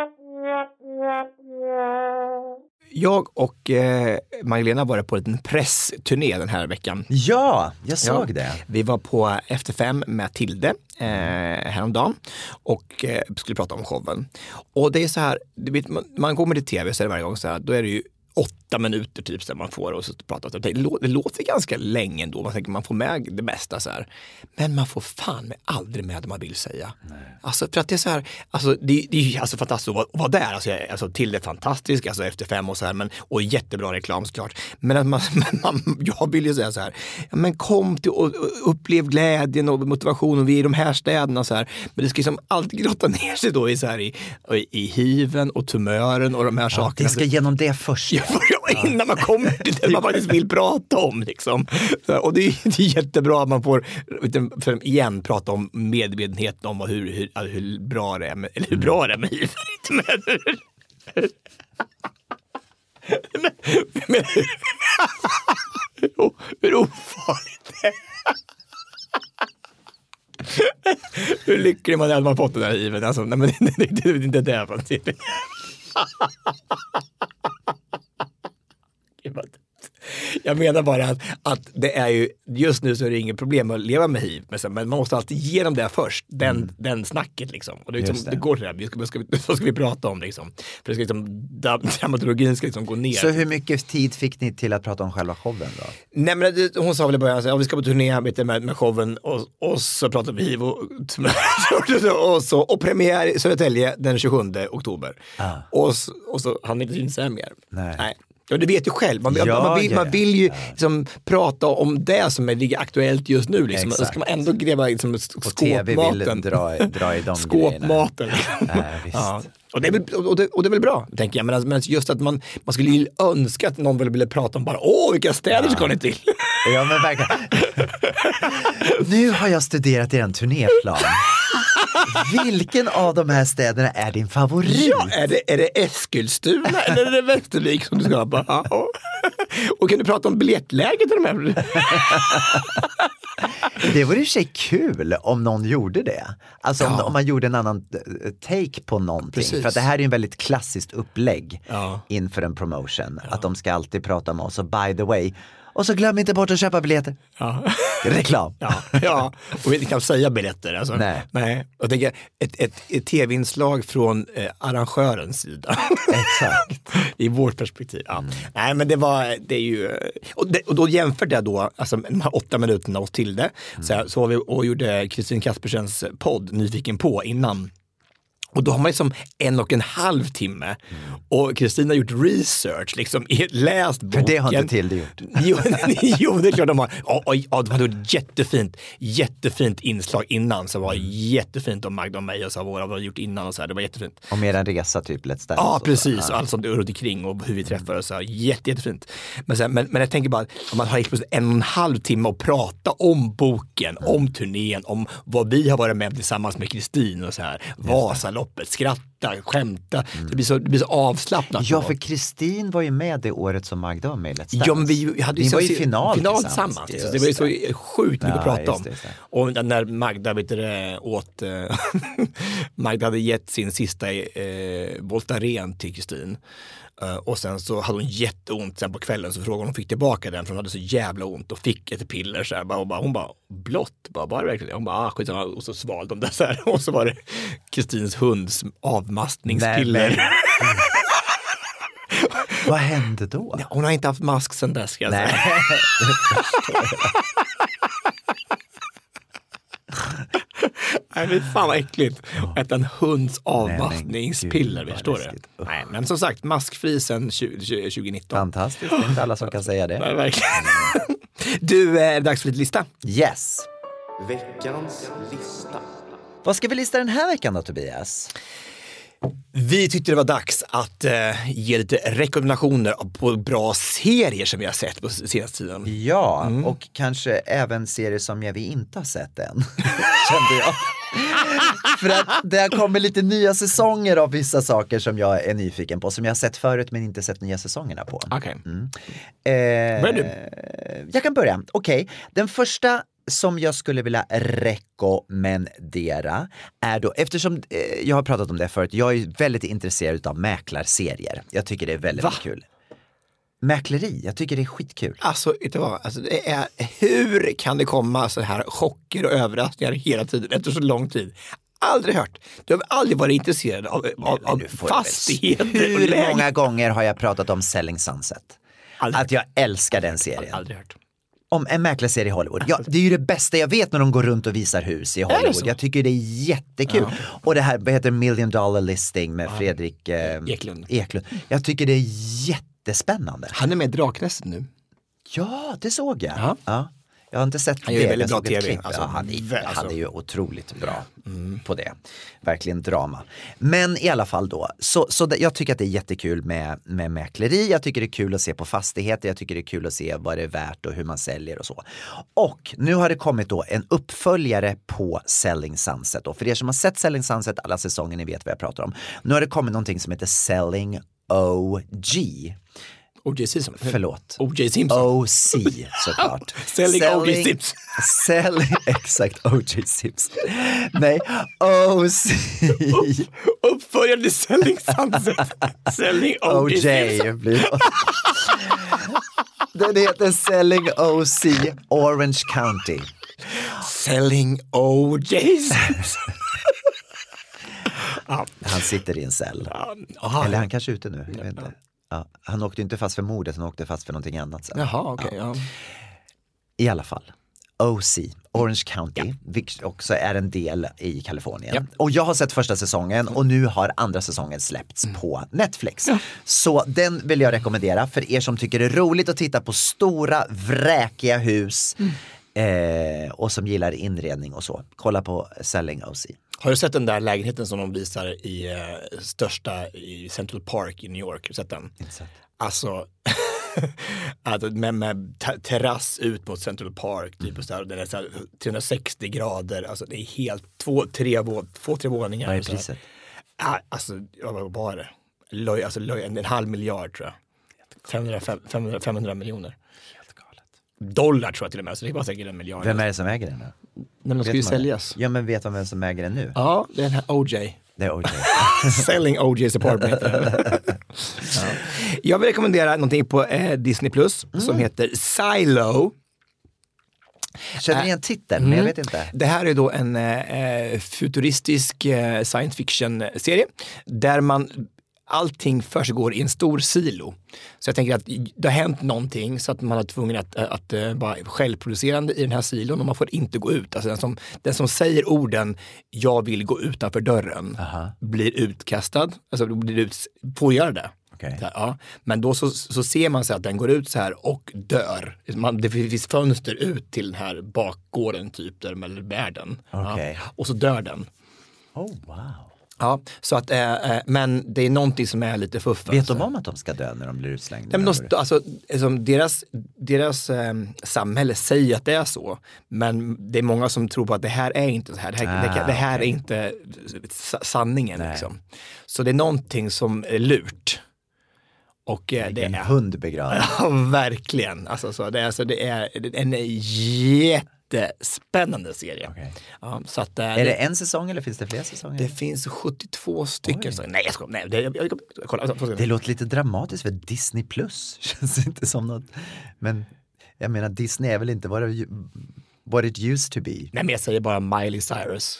Jag och eh, Magdalena var på en pressturné den här veckan. Ja, jag såg ja. det. Vi var på Efter fem med Tilde eh, häromdagen och eh, skulle prata om showen. Och det är så här, du vet, man, man kommer till tv så är det varje gång så här, då är det ju åtta minuter typ så man får och så pratar det. Det låter ganska länge ändå. Man tänker man får med det mesta så här. Men man får fan med aldrig med det man vill säga. Nej. Alltså för att det är så här, alltså det, det är ju alltså fantastiskt att vara, vara där. Alltså, alltså till det fantastiskt, alltså Efter fem och så här, men och jättebra reklam såklart. Men att man, man jag vill ju säga så här, ja, men kom till och upplev glädjen och motivationen vi är i de här städerna så här. Men det ska liksom alltid grotta ner sig då i så här i, i, i hiven och tumören och de här ja, sakerna. Det ska genom det först. Ja, innan man kommer till det man faktiskt vill prata om liksom. Och det är, det är jättebra att man får för igen prata om medvetenhet om hur, hur, hur bra det är med, eller hur bra det är med hiv. Men, men hur, hur ofarligt det är. Hur lycklig man är att man fått den här hiven. Alltså, nej, men det, det, det är inte det här faktiskt. Jag menar bara att, att det är ju, just nu så är det inget problem att leva med hiv, men man måste alltid ge dem det först, den, mm. den snacket liksom. Och det, liksom, det. det går till det här, vi ska, ska, vi, så ska vi prata om liksom. För det ska liksom, dramaturgin ska liksom gå ner. Så hur mycket tid fick ni till att prata om själva showen då? Nej men det, hon sa väl i början, ja, vi ska på turné med, med showen och, och så pratar vi hiv och, och, så, och premiär i Södertälje den tjugosjunde oktober. Ah. Och, och så hann vi inte säga mer. Nej. Nej. Ja, du vet ju själv. Man, Ja, man, vill, ja, man vill ju ja. liksom prata om det som är aktuellt just nu. Liksom. Då ska man ändå gräva liksom, Och T V vill skåpmaten. dra, dra i de Skåpmaten. grejerna. Äh, visst. Ja. Och, det är väl, och, det, och det är väl bra, tänker jag. Men, alltså, men just att man, man skulle ju önska att någon ville, ville prata om bara, åh, vilka städer ska ni till? Ja, men verkligen. Nu har jag studerat er turnéplan. Vilken av de här städerna är din favorit? Ja, är det, är det Eskilstuna eller är det Västervik som du ska bara, ja. Och kan du prata om biljettläget i de här? Det vore i sig kul om någon gjorde det. Alltså Ja. om, om man gjorde en annan take på någonting. Precis. För att det här är ju en väldigt klassiskt upplägg Ja. inför en promotion. Att de ska alltid prata om oss och by the way. Och så glöm inte bort att köpa biljetter. Ja. Reklam. Ja, ja, och vi kan säga biljetter. Alltså. Nej. Nej. Jag tänker ett, ett, ett tv-inslag från eh, arrangörens sida. Exakt. I vårt perspektiv. Ja. Mm. Nej, men det var, det är ju, och, det, och då jämförde jag då, alltså de här åtta minuterna och till det. Mm. Så, så var vi och gjorde Kristin Kaspersens podd Nyfiken på innan. Och då har man liksom en och en halv timme mm. och Kristina har gjort research, liksom läst boken. För det har inte till det gjort. Jo, jo, det är klart de har. Ja, ja, ja, de hade ett jättefint, jättefint inslag innan som var mm. jättefint om Magda och mig och så vad vi gjort innan och så här. Det var jättefint. Om er resa typ, Let's Dance. Ja, precis. Så. Och allt som det runt omkring och hur vi träffades. Mm. Jätte, jättefint. Men, så här, men, men jag tänker bara om man har en och en halv timme att prata om boken, mm. om turnén, om vad vi har varit med tillsammans med Kristin och så här. Vasaloppet, skratta, skämta. Mm. Det, blir så, det blir så avslappnat. Ja, för Kristin var ju med det året som Magda var med i Let's Dance. Ja, men vi hade vi ju var i final, final tillsammans. tillsammans. Det, det var ju så sjukt mycket ja, att prata om. Det, det. Och när Magda vet du, åt Magda hade gett sin sista eh, Voltaren till Kristin. Uh, och sen så hade hon jätteont sen på kvällen, så frågade hon om hon fick tillbaka den för hon hade så jävla ont och fick ett piller så här, och bara, hon bara blått, bara, bara verkligen. Hon bara, ah, skit, och så svalde de det så här, och så var det Kristins hunds avmastningspiller. Nej, vad hände då? Ja, hon har inte haft mask sen dess, ska jag Nej. säga. Nej, men fan vad äckligt. Att en hunds avmaskningspiller, vi förstår det. Nej, men som sagt, maskfri sen tjugo nitton. Fantastiskt, det är inte alla som kan säga det. Nej, verkligen. Du, är det dags för lite lista? Yes. Veckans lista. Vad ska vi lista den här veckan då, Tobias? Vi tyckte det var dags att eh, ge lite rekommendationer på bra serier som vi har sett på senaste tiden. Ja, mm. och kanske även serier som jag vi inte har sett än, kände jag. För att det kommer lite nya säsonger av vissa saker som jag är nyfiken på, som jag har sett förut men inte sett nya säsongerna på. Okej. Okay. Mm. Eh, Börjar du? Jag kan börja. Okej, okay. Den första som jag skulle vilja rekommendera är då, eftersom eh, jag har pratat om det förut, jag är väldigt intresserad av mäklarserier. Jag tycker det är väldigt Va? kul. Mäkleri, jag tycker det är skitkul. Alltså, vet du vad? Alltså, det är, hur kan det komma så här chocker och överraskningar hela tiden efter så lång tid? Aldrig hört. Du har aldrig varit intresserad av, av, av fastigheter. Hur många gånger har jag pratat om Selling Sunset? Aldrig. Att jag älskar den serien. Aldrig hört. Om en mäklarserie i Hollywood. Ja, det är ju det bästa jag vet när de går runt och visar hus i Hollywood. Jag tycker det är jättekul. Ja. Och det här, vad heter Million Dollar Listing med ja. Fredrik eh, Eklund. Eklund. Jag tycker det är jättespännande. Han är med i Draknästet nu. Ja, det såg jag. Ja. Ja. Jag har inte sett han det. Han är väldigt bra tv. Alltså, ja, han, är, alltså. han är ju otroligt bra mm. på det. Verkligen drama. Men i alla fall då. Så, så det, jag tycker att det är jättekul med, med mäkleri. Jag tycker det är kul att se på fastigheter. Jag tycker det är kul att se vad det är värt och hur man säljer och så. Och nu har det kommit då en uppföljare på Selling Sunset. Då. För er som har sett Selling Sunset alla säsonger, ni vet vad jag pratar om. Nu har det kommit någonting som heter Selling O G. O J Simpson. Förlåt. O J Simpson. O C, såklart. Selling, Selling O J Simpson. Selling, exakt, O J Simpson. Nej, O C. Uppföljande Selling Sunset. Selling O J Simpson. Blir den heter Selling O C, Orange County. Selling O J Simpson. Ja. Han sitter i en cell. Ja. Eller han kanske är ute nu, jag vet inte. Ja, han åkte inte fast för mordet, han åkte fast för någonting annat sen. Jaha, okej. Okay, ja. Ja. I alla fall. O C, Orange County, ja. vilket också är en del i Kalifornien. Ja. Och jag har sett första säsongen och nu har andra säsongen släppts mm. på Netflix. Ja. Så den vill jag rekommendera för er som tycker det är roligt att titta på stora, vräkiga hus mm. eh, och som gillar inredning och så. Kolla på Selling O C. Har du sett den där lägenheten som de visar i uh, största i Central Park i New York? Har du sett den? Insett. Alltså, alltså med, med terrass ut mot Central Park typ, mm. och så där, och den är så här trehundrasextio grader, alltså det är helt två, tre, två, tre våningar. Vad är priset? Ja, alltså, vad var det? Löj, alltså, löj, en, en halv miljard tror jag. femhundra, femhundra, femhundra miljoner. Helt galet. Dollar tror jag till och med, så det var säkert en miljard. Vem är det som äger den då? Nej, de ska ju säljas. Ja, men vet man vem som äger den nu? Ja, det är den här O J. Det är O J. Selling O J's apartment. Ja. Jag vill rekommendera någonting på eh, Disney Plus mm. som heter Silo. Känner ni igen titeln? Mm. Men jag vet inte. Det här är då en eh, futuristisk eh, science fiction-serie där man allting försiggår i en stor silo. Så jag tänker att det har hänt någonting så att man är tvungen att, att, att vara självproducerande i den här silon och man får inte gå ut. Alltså den som, den som säger orden jag vill gå utanför dörren Aha. blir utkastad. Alltså blir ut, får göra det. Okay. Här, ja. Men då så, så ser man sig att den går ut så här och dör. Man, det finns fönster ut till den här bakgården typ där med världen. Okay. Ja. Och så dör den. Oh wow. Ja, så att, äh, men det är någonting som är lite fuffens. Vet de om att de ska dö när de blir utslängda? Nej, men de, alltså, alltså, deras deras äh, samhälle säger att det är så. Men det är många som tror på att det här är inte så här. Det här, ah, det, det här okay. är inte sanningen. Liksom. Så det är någonting som är lurt. Och äh, det är en är hund begravd. Ja, verkligen. Alltså, så det, är, alltså, det är en jätte spännande serie. Okay. Ja, så att, är det, det en säsong eller finns det fler säsonger? Det finns sjuttiotvå stycken. Så, nej, jag ska, nej, det, jag, jag, kolla, kolla. Det låter lite dramatiskt för Disney Plus. Känns inte som något. Men jag menar, Disney är väl inte what, it, what it used to be. Nej, men jag säger bara Miley Cyrus.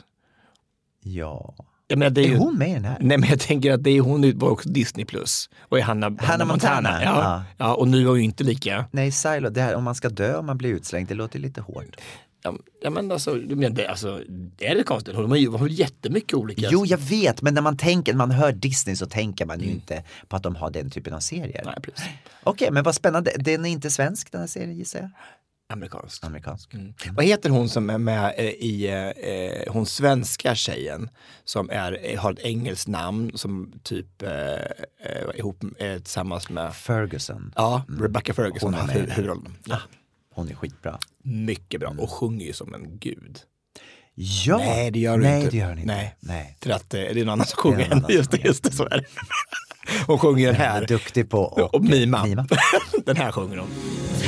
Ja. Jag menar, det är, är ju, hon med i den här? Nej, men jag tänker att det är hon var också Disney Plus. Och är Hanna, Hanna, Hanna Montana. Montana. Ja, ja. ja, och nu var ju inte lika. Nej, Silo, det här om man ska dö om man blir utslängd, det låter lite hårt. Ja, ja men alltså, det, alltså, det är det konstigt. De har ju, de har jättemycket olika. Jo, jag vet, men när man tänker, när man hör Disney så tänker man ju mm. inte på att de har den typen av serier. Nej, precis. Okej, okay, men vad spännande. Den är inte svensk, den här serien, gissar jag? Amerikansk. Amerikansk. Mm. Mm. Vad heter hon som är med eh, i, eh, hon svenska tjejen som är, har ett engelskt namn som typ eh, är ihop eh, tillsammans med Ferguson. Ja, mm. Rebecca Ferguson. Hon är hur, huvudrollen. Ja. Hon är skitbra. Mycket bra. Och sjunger ju som en gud. Ja. Nej, det gör Nej, inte. det gör hon inte. Nej. Nej. För att eh, det är någon annan som sjunger än just det, just det, så är det. Hon sjunger den här. Hon är duktig på och, och mima. mima. Den här sjunger hon.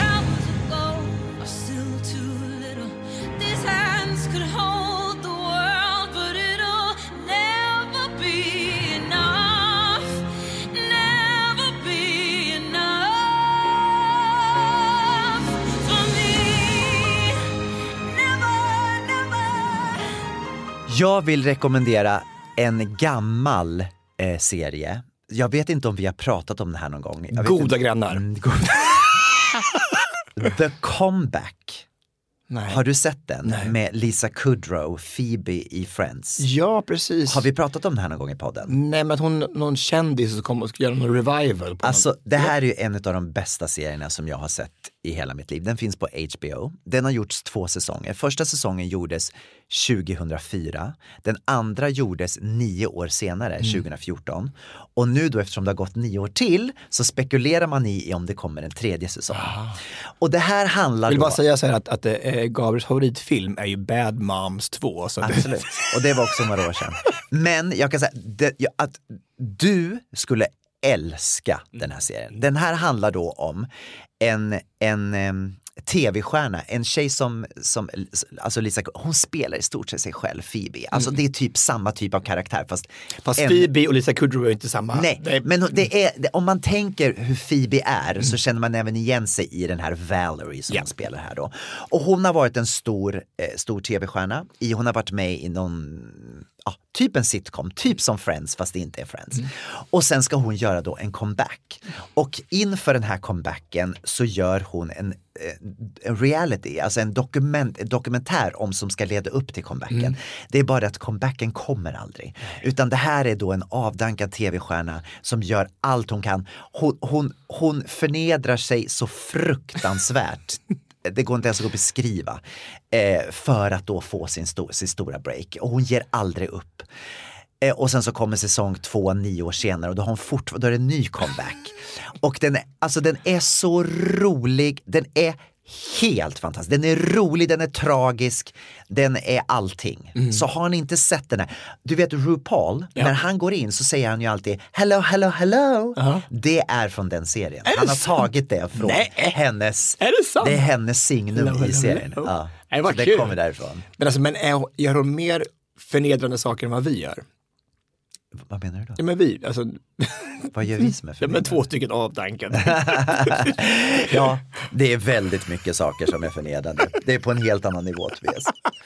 Jag vill rekommendera en gammal eh, serie. Jag vet inte om vi har pratat om det här någon gång. Jag Goda inte. grannar. Mm, goda. The Comeback. Nej. Har du sett den? Nej. Med Lisa Kudrow, Phoebe i Friends. Ja, precis. Har vi pratat om det här någon gång i podden? Nej, men att hon, någon kändis som kommer och ska göra någon revival. På alltså, någon... det här är ju en av de bästa serierna som jag har sett i hela mitt liv. Den finns på H B O. Den har gjorts två säsonger. Första säsongen gjordes tjugohundrafyra. Den andra gjordes nio år senare, mm. tjugohundrafjorton. Och nu då, eftersom det har gått nio år till, så spekulerar man i om det kommer en tredje säsong. Ah. Och det här handlar Jag vill då... bara säga så här att, att äh, Gabriels favoritfilm är ju Bad Moms två. Så Absolut. Och det var också några år sedan. Men jag kan säga det, att du skulle älska den här serien. Den här handlar då om en, en um, tv-stjärna, en tjej som, som alltså Lisa, hon spelar i stort sett sig själv, Phoebe. Alltså mm. det är typ samma typ av karaktär. Fast, fast en, Phoebe och Lisa Kudrow är inte samma. Nej, det är, men det är, det, om man tänker hur Phoebe är mm. så känner man även igen sig i den här Valerie som yeah. hon spelar här då. Och hon har varit en stor, eh, stor tv-stjärna. I, hon har varit med i någon... ja, typ en sitcom, typ som Friends fast det inte är Friends. Mm. Och sen ska hon göra då en comeback. Och inför den här comebacken så gör hon en, en reality, alltså en dokument, en dokumentär om som ska leda upp till comebacken. Mm. Det är bara att comebacken kommer aldrig. Utan det här är då en avdankad tv-stjärna som gör allt hon kan. Hon, hon, hon förnedrar sig så fruktansvärt. Det går inte ens att beskriva eh, för att då få sin, sto- sin stora break. Och hon ger aldrig upp. Eh, och sen så kommer säsong två, nio år senare och då har hon fort, då är det en ny comeback. Och den är, alltså den är så rolig, den är helt fantastisk. Den är rolig, den är tragisk, den är allting. Mm. Så har ni inte sett den här, du vet RuPaul, ja. När han går in så säger han ju alltid hello, hello, hello. Uh-huh. Det är från den serien. Är han har sant? Tagit det från Nej. hennes, är det, sant? Det är hennes signum hello, i serien. Hello. Ja. Nej, vad så kul. Det kommer därifrån. Men alltså, men är, gör hon mer förnedrande saker än vad vi gör? Vad menar du då? Ja, men vi, alltså... Vad gör vi som är förnedrande? Ja, men två stycken avdankade. Ja, det är väldigt mycket saker som är förnedrande. Det är på en helt annan nivå, Tobias.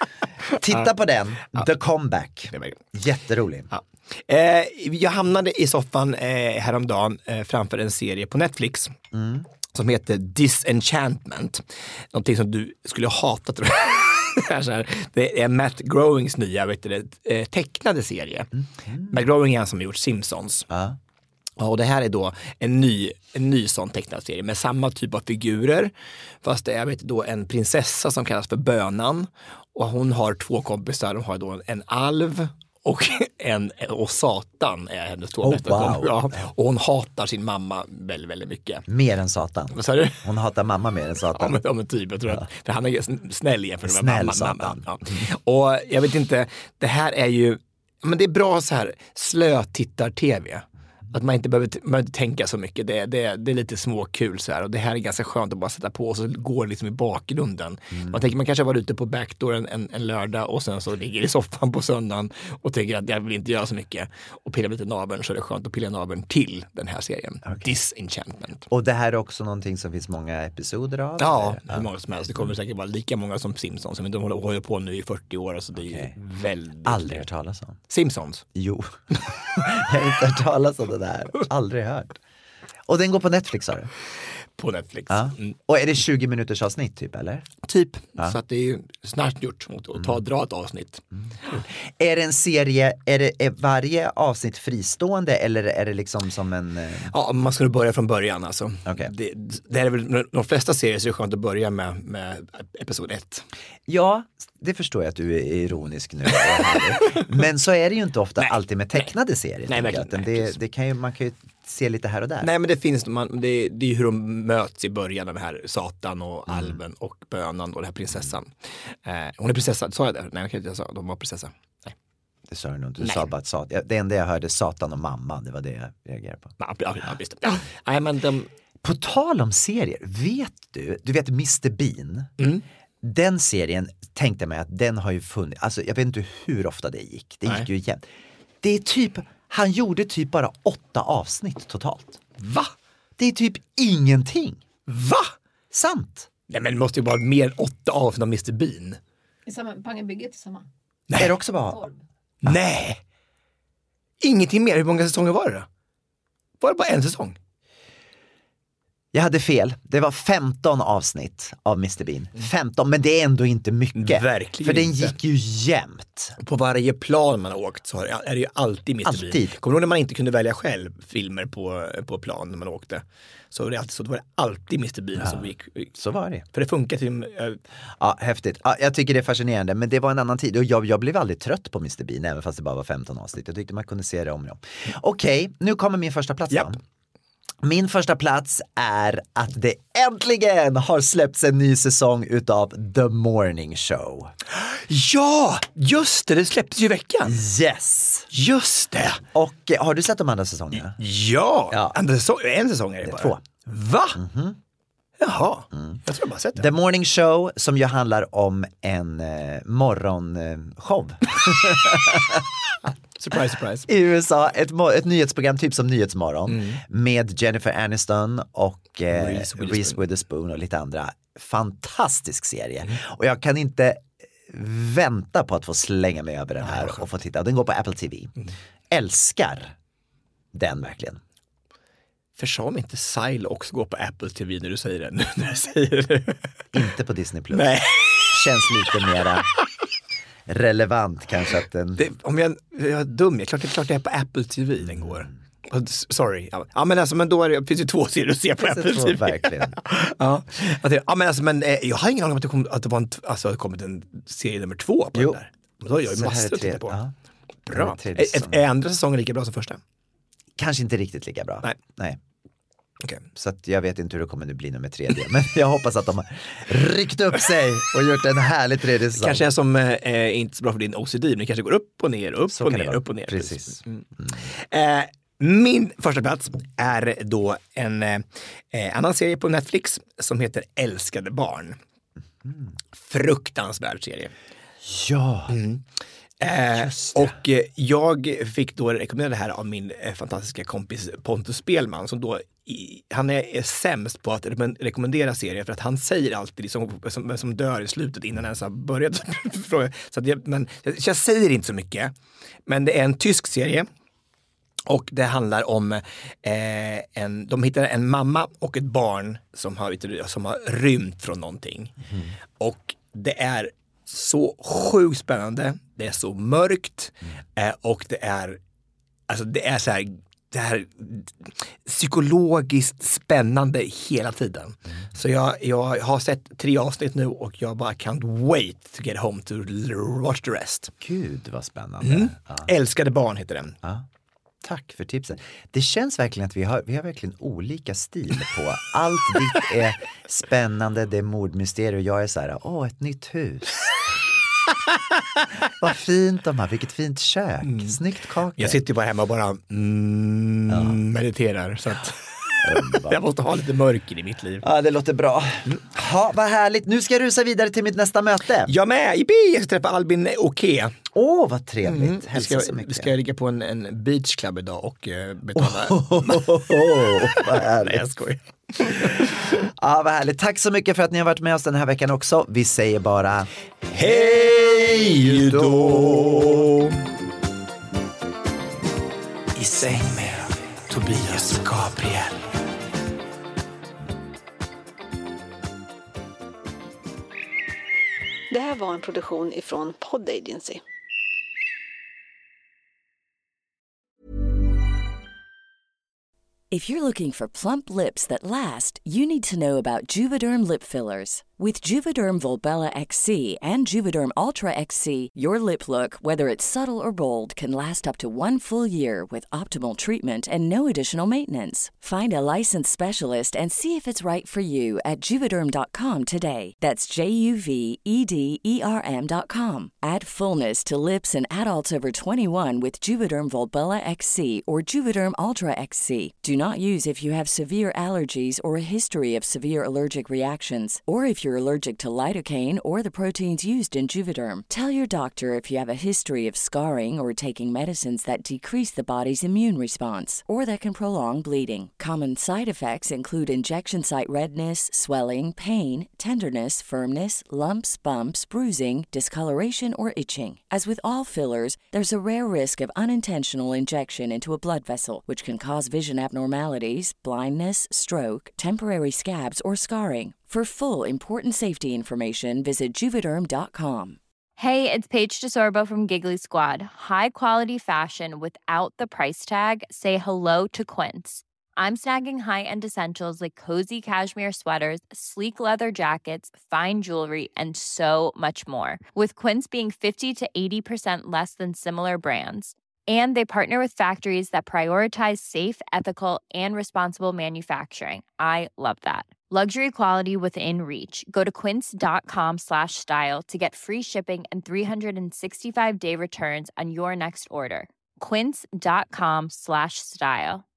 Titta ja. på den, ja. The Comeback. Jätterolig. Ja. Eh, jag hamnade i soffan eh, häromdagen eh, framför en serie på Netflix. Mm. Som heter Disenchantment. Någonting som du skulle hata, tror jag. Det är Matt Groenings nya, vet du, eh, tecknade serie. Mm. Mm. Matt Groening är han som har gjort Simpsons. Ja. Och det här är då en ny, en ny sån tecknad serie med samma typ av figurer. Fast det är vet, då en prinsessa som kallas för Bönan. Och hon har två kompisar. De har då en alv och, en, och Satan är hennes två oh, bästa wow. kompisar. Ja. Och hon hatar sin mamma väldigt, väldigt mycket. Mer än Satan. Vad sa du? Hon hatar mamma mer än Satan. Ja, men, ja, men typ. Jag tror ja. att, för han är snäll jämfört med snäll mamma. Satan. mamma. Ja. Och jag vet inte, det här är ju, men det är bra så här slötittar-tv. Att man inte behöver, man behöver inte tänka så mycket. Det, det, det är lite småkul så här. Och det här är ganska skönt att bara sätta på och så går det liksom i bakgrunden. Mm. Man tänker man kanske var ute på backdoor en, en, en lördag och sen så ligger i soffan på söndagen och tänker att jag vill inte göra så mycket. Och pillar lite naveln, så är det skönt att pilla naveln till den här serien. Okay. Disenchantment. Och det här är också någonting som finns många episoder av? Ja, hur många som helst. Det kommer säkert vara lika många som Simpsons. Men de håller på nu i fyrtio år. Så det är okay. ju väldigt... Aldrig hört talas om. Simpsons? Jo. Jag har inte hört talas om det där. Aldrig hört. Och den går på Netflix, sa du? På Netflix. Ja. Mm. Och är det tjugo minuters avsnitt typ, eller? Typ. Ja. Så att det är ju snart gjort att ta, dra ett avsnitt. Mm. Är det en serie, är, det, är varje avsnitt fristående eller är det liksom som en... Ja, man ska börja från början alltså. Okay. Det, det är väl, de flesta serier så är det skönt att börja med, med episod ett. Ja, det förstår jag att du är ironisk nu. Men så är det ju inte ofta nej, alltid med tecknade nej. serier. Nej, nej, nej, det, det kan ju, man kan ju se lite här och där. Nej, men det finns, man, det, det är ju hur de möts i början, den här Satan och mm. alven och bönan och den här prinsessan. Eh, hon är prinsessa, sa jag det? Nej, jag kan inte jag sa, de var prinsessa. Nej. Det sa du nog, du nej. sa bara att Satan, det enda jag hörde Satan och mamma, det var det jag reagerade på. Ja, ja, visst. Ja. Nej, men de... På tal om serier, vet du, du vet mister Bean, mm. den serien tänkte mig att den har ju funnits, alltså jag vet inte hur ofta det gick, det gick nej. ju igen. Det är typ, han gjorde typ bara åtta avsnitt totalt. Va? Det är typ ingenting. Va? Sant. Nej, men det måste ju vara mer än åtta avsnitt av mister Bean. I samma, Pangebygget samma. Nej. Är det också bara... Nej. Ingenting mer. Hur många säsonger var det då? Var det bara en säsong? Jag hade fel. Det var femton avsnitt av mister Bean. femton, men det är ändå inte mycket. Verkligen. För den inte. gick ju jämnt. På varje plan man har åkt så är det ju alltid mister alltid. Bean. Kommer du ihåg när man inte kunde välja själv filmer på, på plan när man åkte? Så var det alltid så. Det var alltid mister Bean ja, som gick. Så var det. För det funkar till... Äh... Ja, häftigt. Ja, jag tycker det är fascinerande. Men det var en annan tid. Och jag, jag blev aldrig trött på mister Bean, även fast det bara var femton avsnitt. Jag tyckte man kunde se det om och om. Okej, okay, nu kommer min första plats. Japp. Min första plats är att det äntligen har släppts en ny säsong utav The Morning Show. Ja, just det, det släpptes ju i veckan. Yes. Just det. Och eh, har du sett de andra säsongerna? Ja, ja. Andra säsong, en säsong är det, det bara. Två. Va? Mm-hmm. Jaha, mm. jag tror jag bara sett det. The Morning Show som ju handlar om en eh, morgonshow. Surprise, surprise. I U S A, ett, ett nyhetsprogram typ som Nyhetsmorgon mm. med Jennifer Aniston och eh, Reese Witherspoon. Witherspoon och lite andra. Fantastisk serie. Mm. Och jag kan inte väntar på att få slänga mig över den här ja, och få titta. Den går på Apple T V. Mm. Älskar den verkligen. För om inte Silo också går på Apple T V när du säger det nu när jag säger det. Inte på Disney Plus. Nej. Känns lite mera relevant kanske att den... Det, om jag, jag är dum, jag klart det är klart det är på Apple T V den går. Sorry. Ja men alltså men då är det, finns ju två serier att se på Apple T V. Verkligen. ja. ja men alltså men jag har ingen aning om att det, kom, att det var en, alltså, det kommit en serie nummer två på jo. Den där. Men då har jag ju massor att titta på. Ja. Bra. Är, är, är andra säsongen lika bra som första? Kanske inte riktigt lika bra. Nej. Nej. Okay. Så att jag vet inte hur det kommer nu bli nummer tredje. Men jag hoppas att de har ryckt upp sig och gjort en härlig tredje säsong. Kanske är som eh, inte så bra för din O C D, men det kanske går upp och ner, upp så och ner, upp och ner. Precis. Mm. Mm. Eh, min första plats är då en eh, annan serie på Netflix som heter Älskade barn. Mm. Fruktansvärd serie. Ja. Mm. Eh, och eh, jag fick då rekommendera det här av min eh, fantastiska kompis Pontus Spelman som då i, han är, är sämst på att re- rekommendera serier för att han säger alltid som, som, som dör i slutet innan ens har börjat. Så att jag, men, jag, jag säger inte så mycket, men det är en tysk serie och det handlar om eh, en, de hittar en mamma och ett barn som har, som har rymt från någonting. Mm. Och det är så sjukt spännande, det är så mörkt mm. eh, och det är alltså det är så här, det här psykologiskt spännande hela tiden. Mm. Så jag, jag har sett tre avsnitt nu och jag bara can't wait to get home to watch the rest. Gud vad spännande. Mm. Ja. Älskade barn heter den. Ja. Tack för tipsen. Det känns verkligen att vi har, vi har verkligen olika stil på. Allt ditt är spännande, det är mordmysterier och jag är så här, åh, ett nytt hus. Vad fint de har, vilket fint kök, mm. snyggt kaka. Jag sitter ju bara hemma och bara mm, ja. mediterar så att jag måste ha lite mörker i mitt liv. Ja, det låter bra. Ja, vad härligt. Nu ska jag rusa vidare till mitt nästa möte. Jag med, yippie! Jag ska träffa Albin Oké. Åh, oh, vad trevligt. Mm. Vi ska, vi ska ligga på en, en beachclub idag och uh, betala. Oh, oh, oh, oh, vad härligt. Nej, jag skojar. Ja, vad härligt. Tack så mycket för att ni har varit med oss den här veckan också. Vi säger bara hej då! I säng med Tobias Gabriel. Det här var en produktion ifrån Pod Agency. If you're looking for plump lips that last, you need to know about Juvederm lip fillers. With Juvederm Volbella X C and Juvederm Ultra X C, your lip look, whether it's subtle or bold, can last up to one full year with optimal treatment and no additional maintenance. Find a licensed specialist and see if it's right for you at juvederm dot com today. That's J U V E D E R M dot com. Add fullness to lips in adults over twenty-one with Juvederm Volbella X C or Juvederm Ultra X C. Do not use if you have severe allergies or a history of severe allergic reactions, or if you're allergic to lidocaine or the proteins used in Juvederm. Tell your doctor if you have a history of scarring or taking medicines that decrease the body's immune response or that can prolong bleeding. Common side effects include injection site redness, swelling, pain, tenderness, firmness, lumps, bumps, bruising, discoloration, or itching. As with all fillers, there's a rare risk of unintentional injection into a blood vessel, which can cause vision abnormalities, blindness, stroke, temporary scabs, or scarring. For full, important safety information, visit Juvederm dot com. Hey, it's Paige DeSorbo from Giggly Squad. High quality fashion without the price tag. Say hello to Quince. I'm snagging high-end essentials like cozy cashmere sweaters, sleek leather jackets, fine jewelry, and so much more. With Quince being fifty to eighty percent less than similar brands. And they partner with factories that prioritize safe, ethical, and responsible manufacturing. I love that. Luxury quality within reach. Go to quince dot com slash style to get free shipping and three sixty-five day returns on your next order. quince dot com slash style.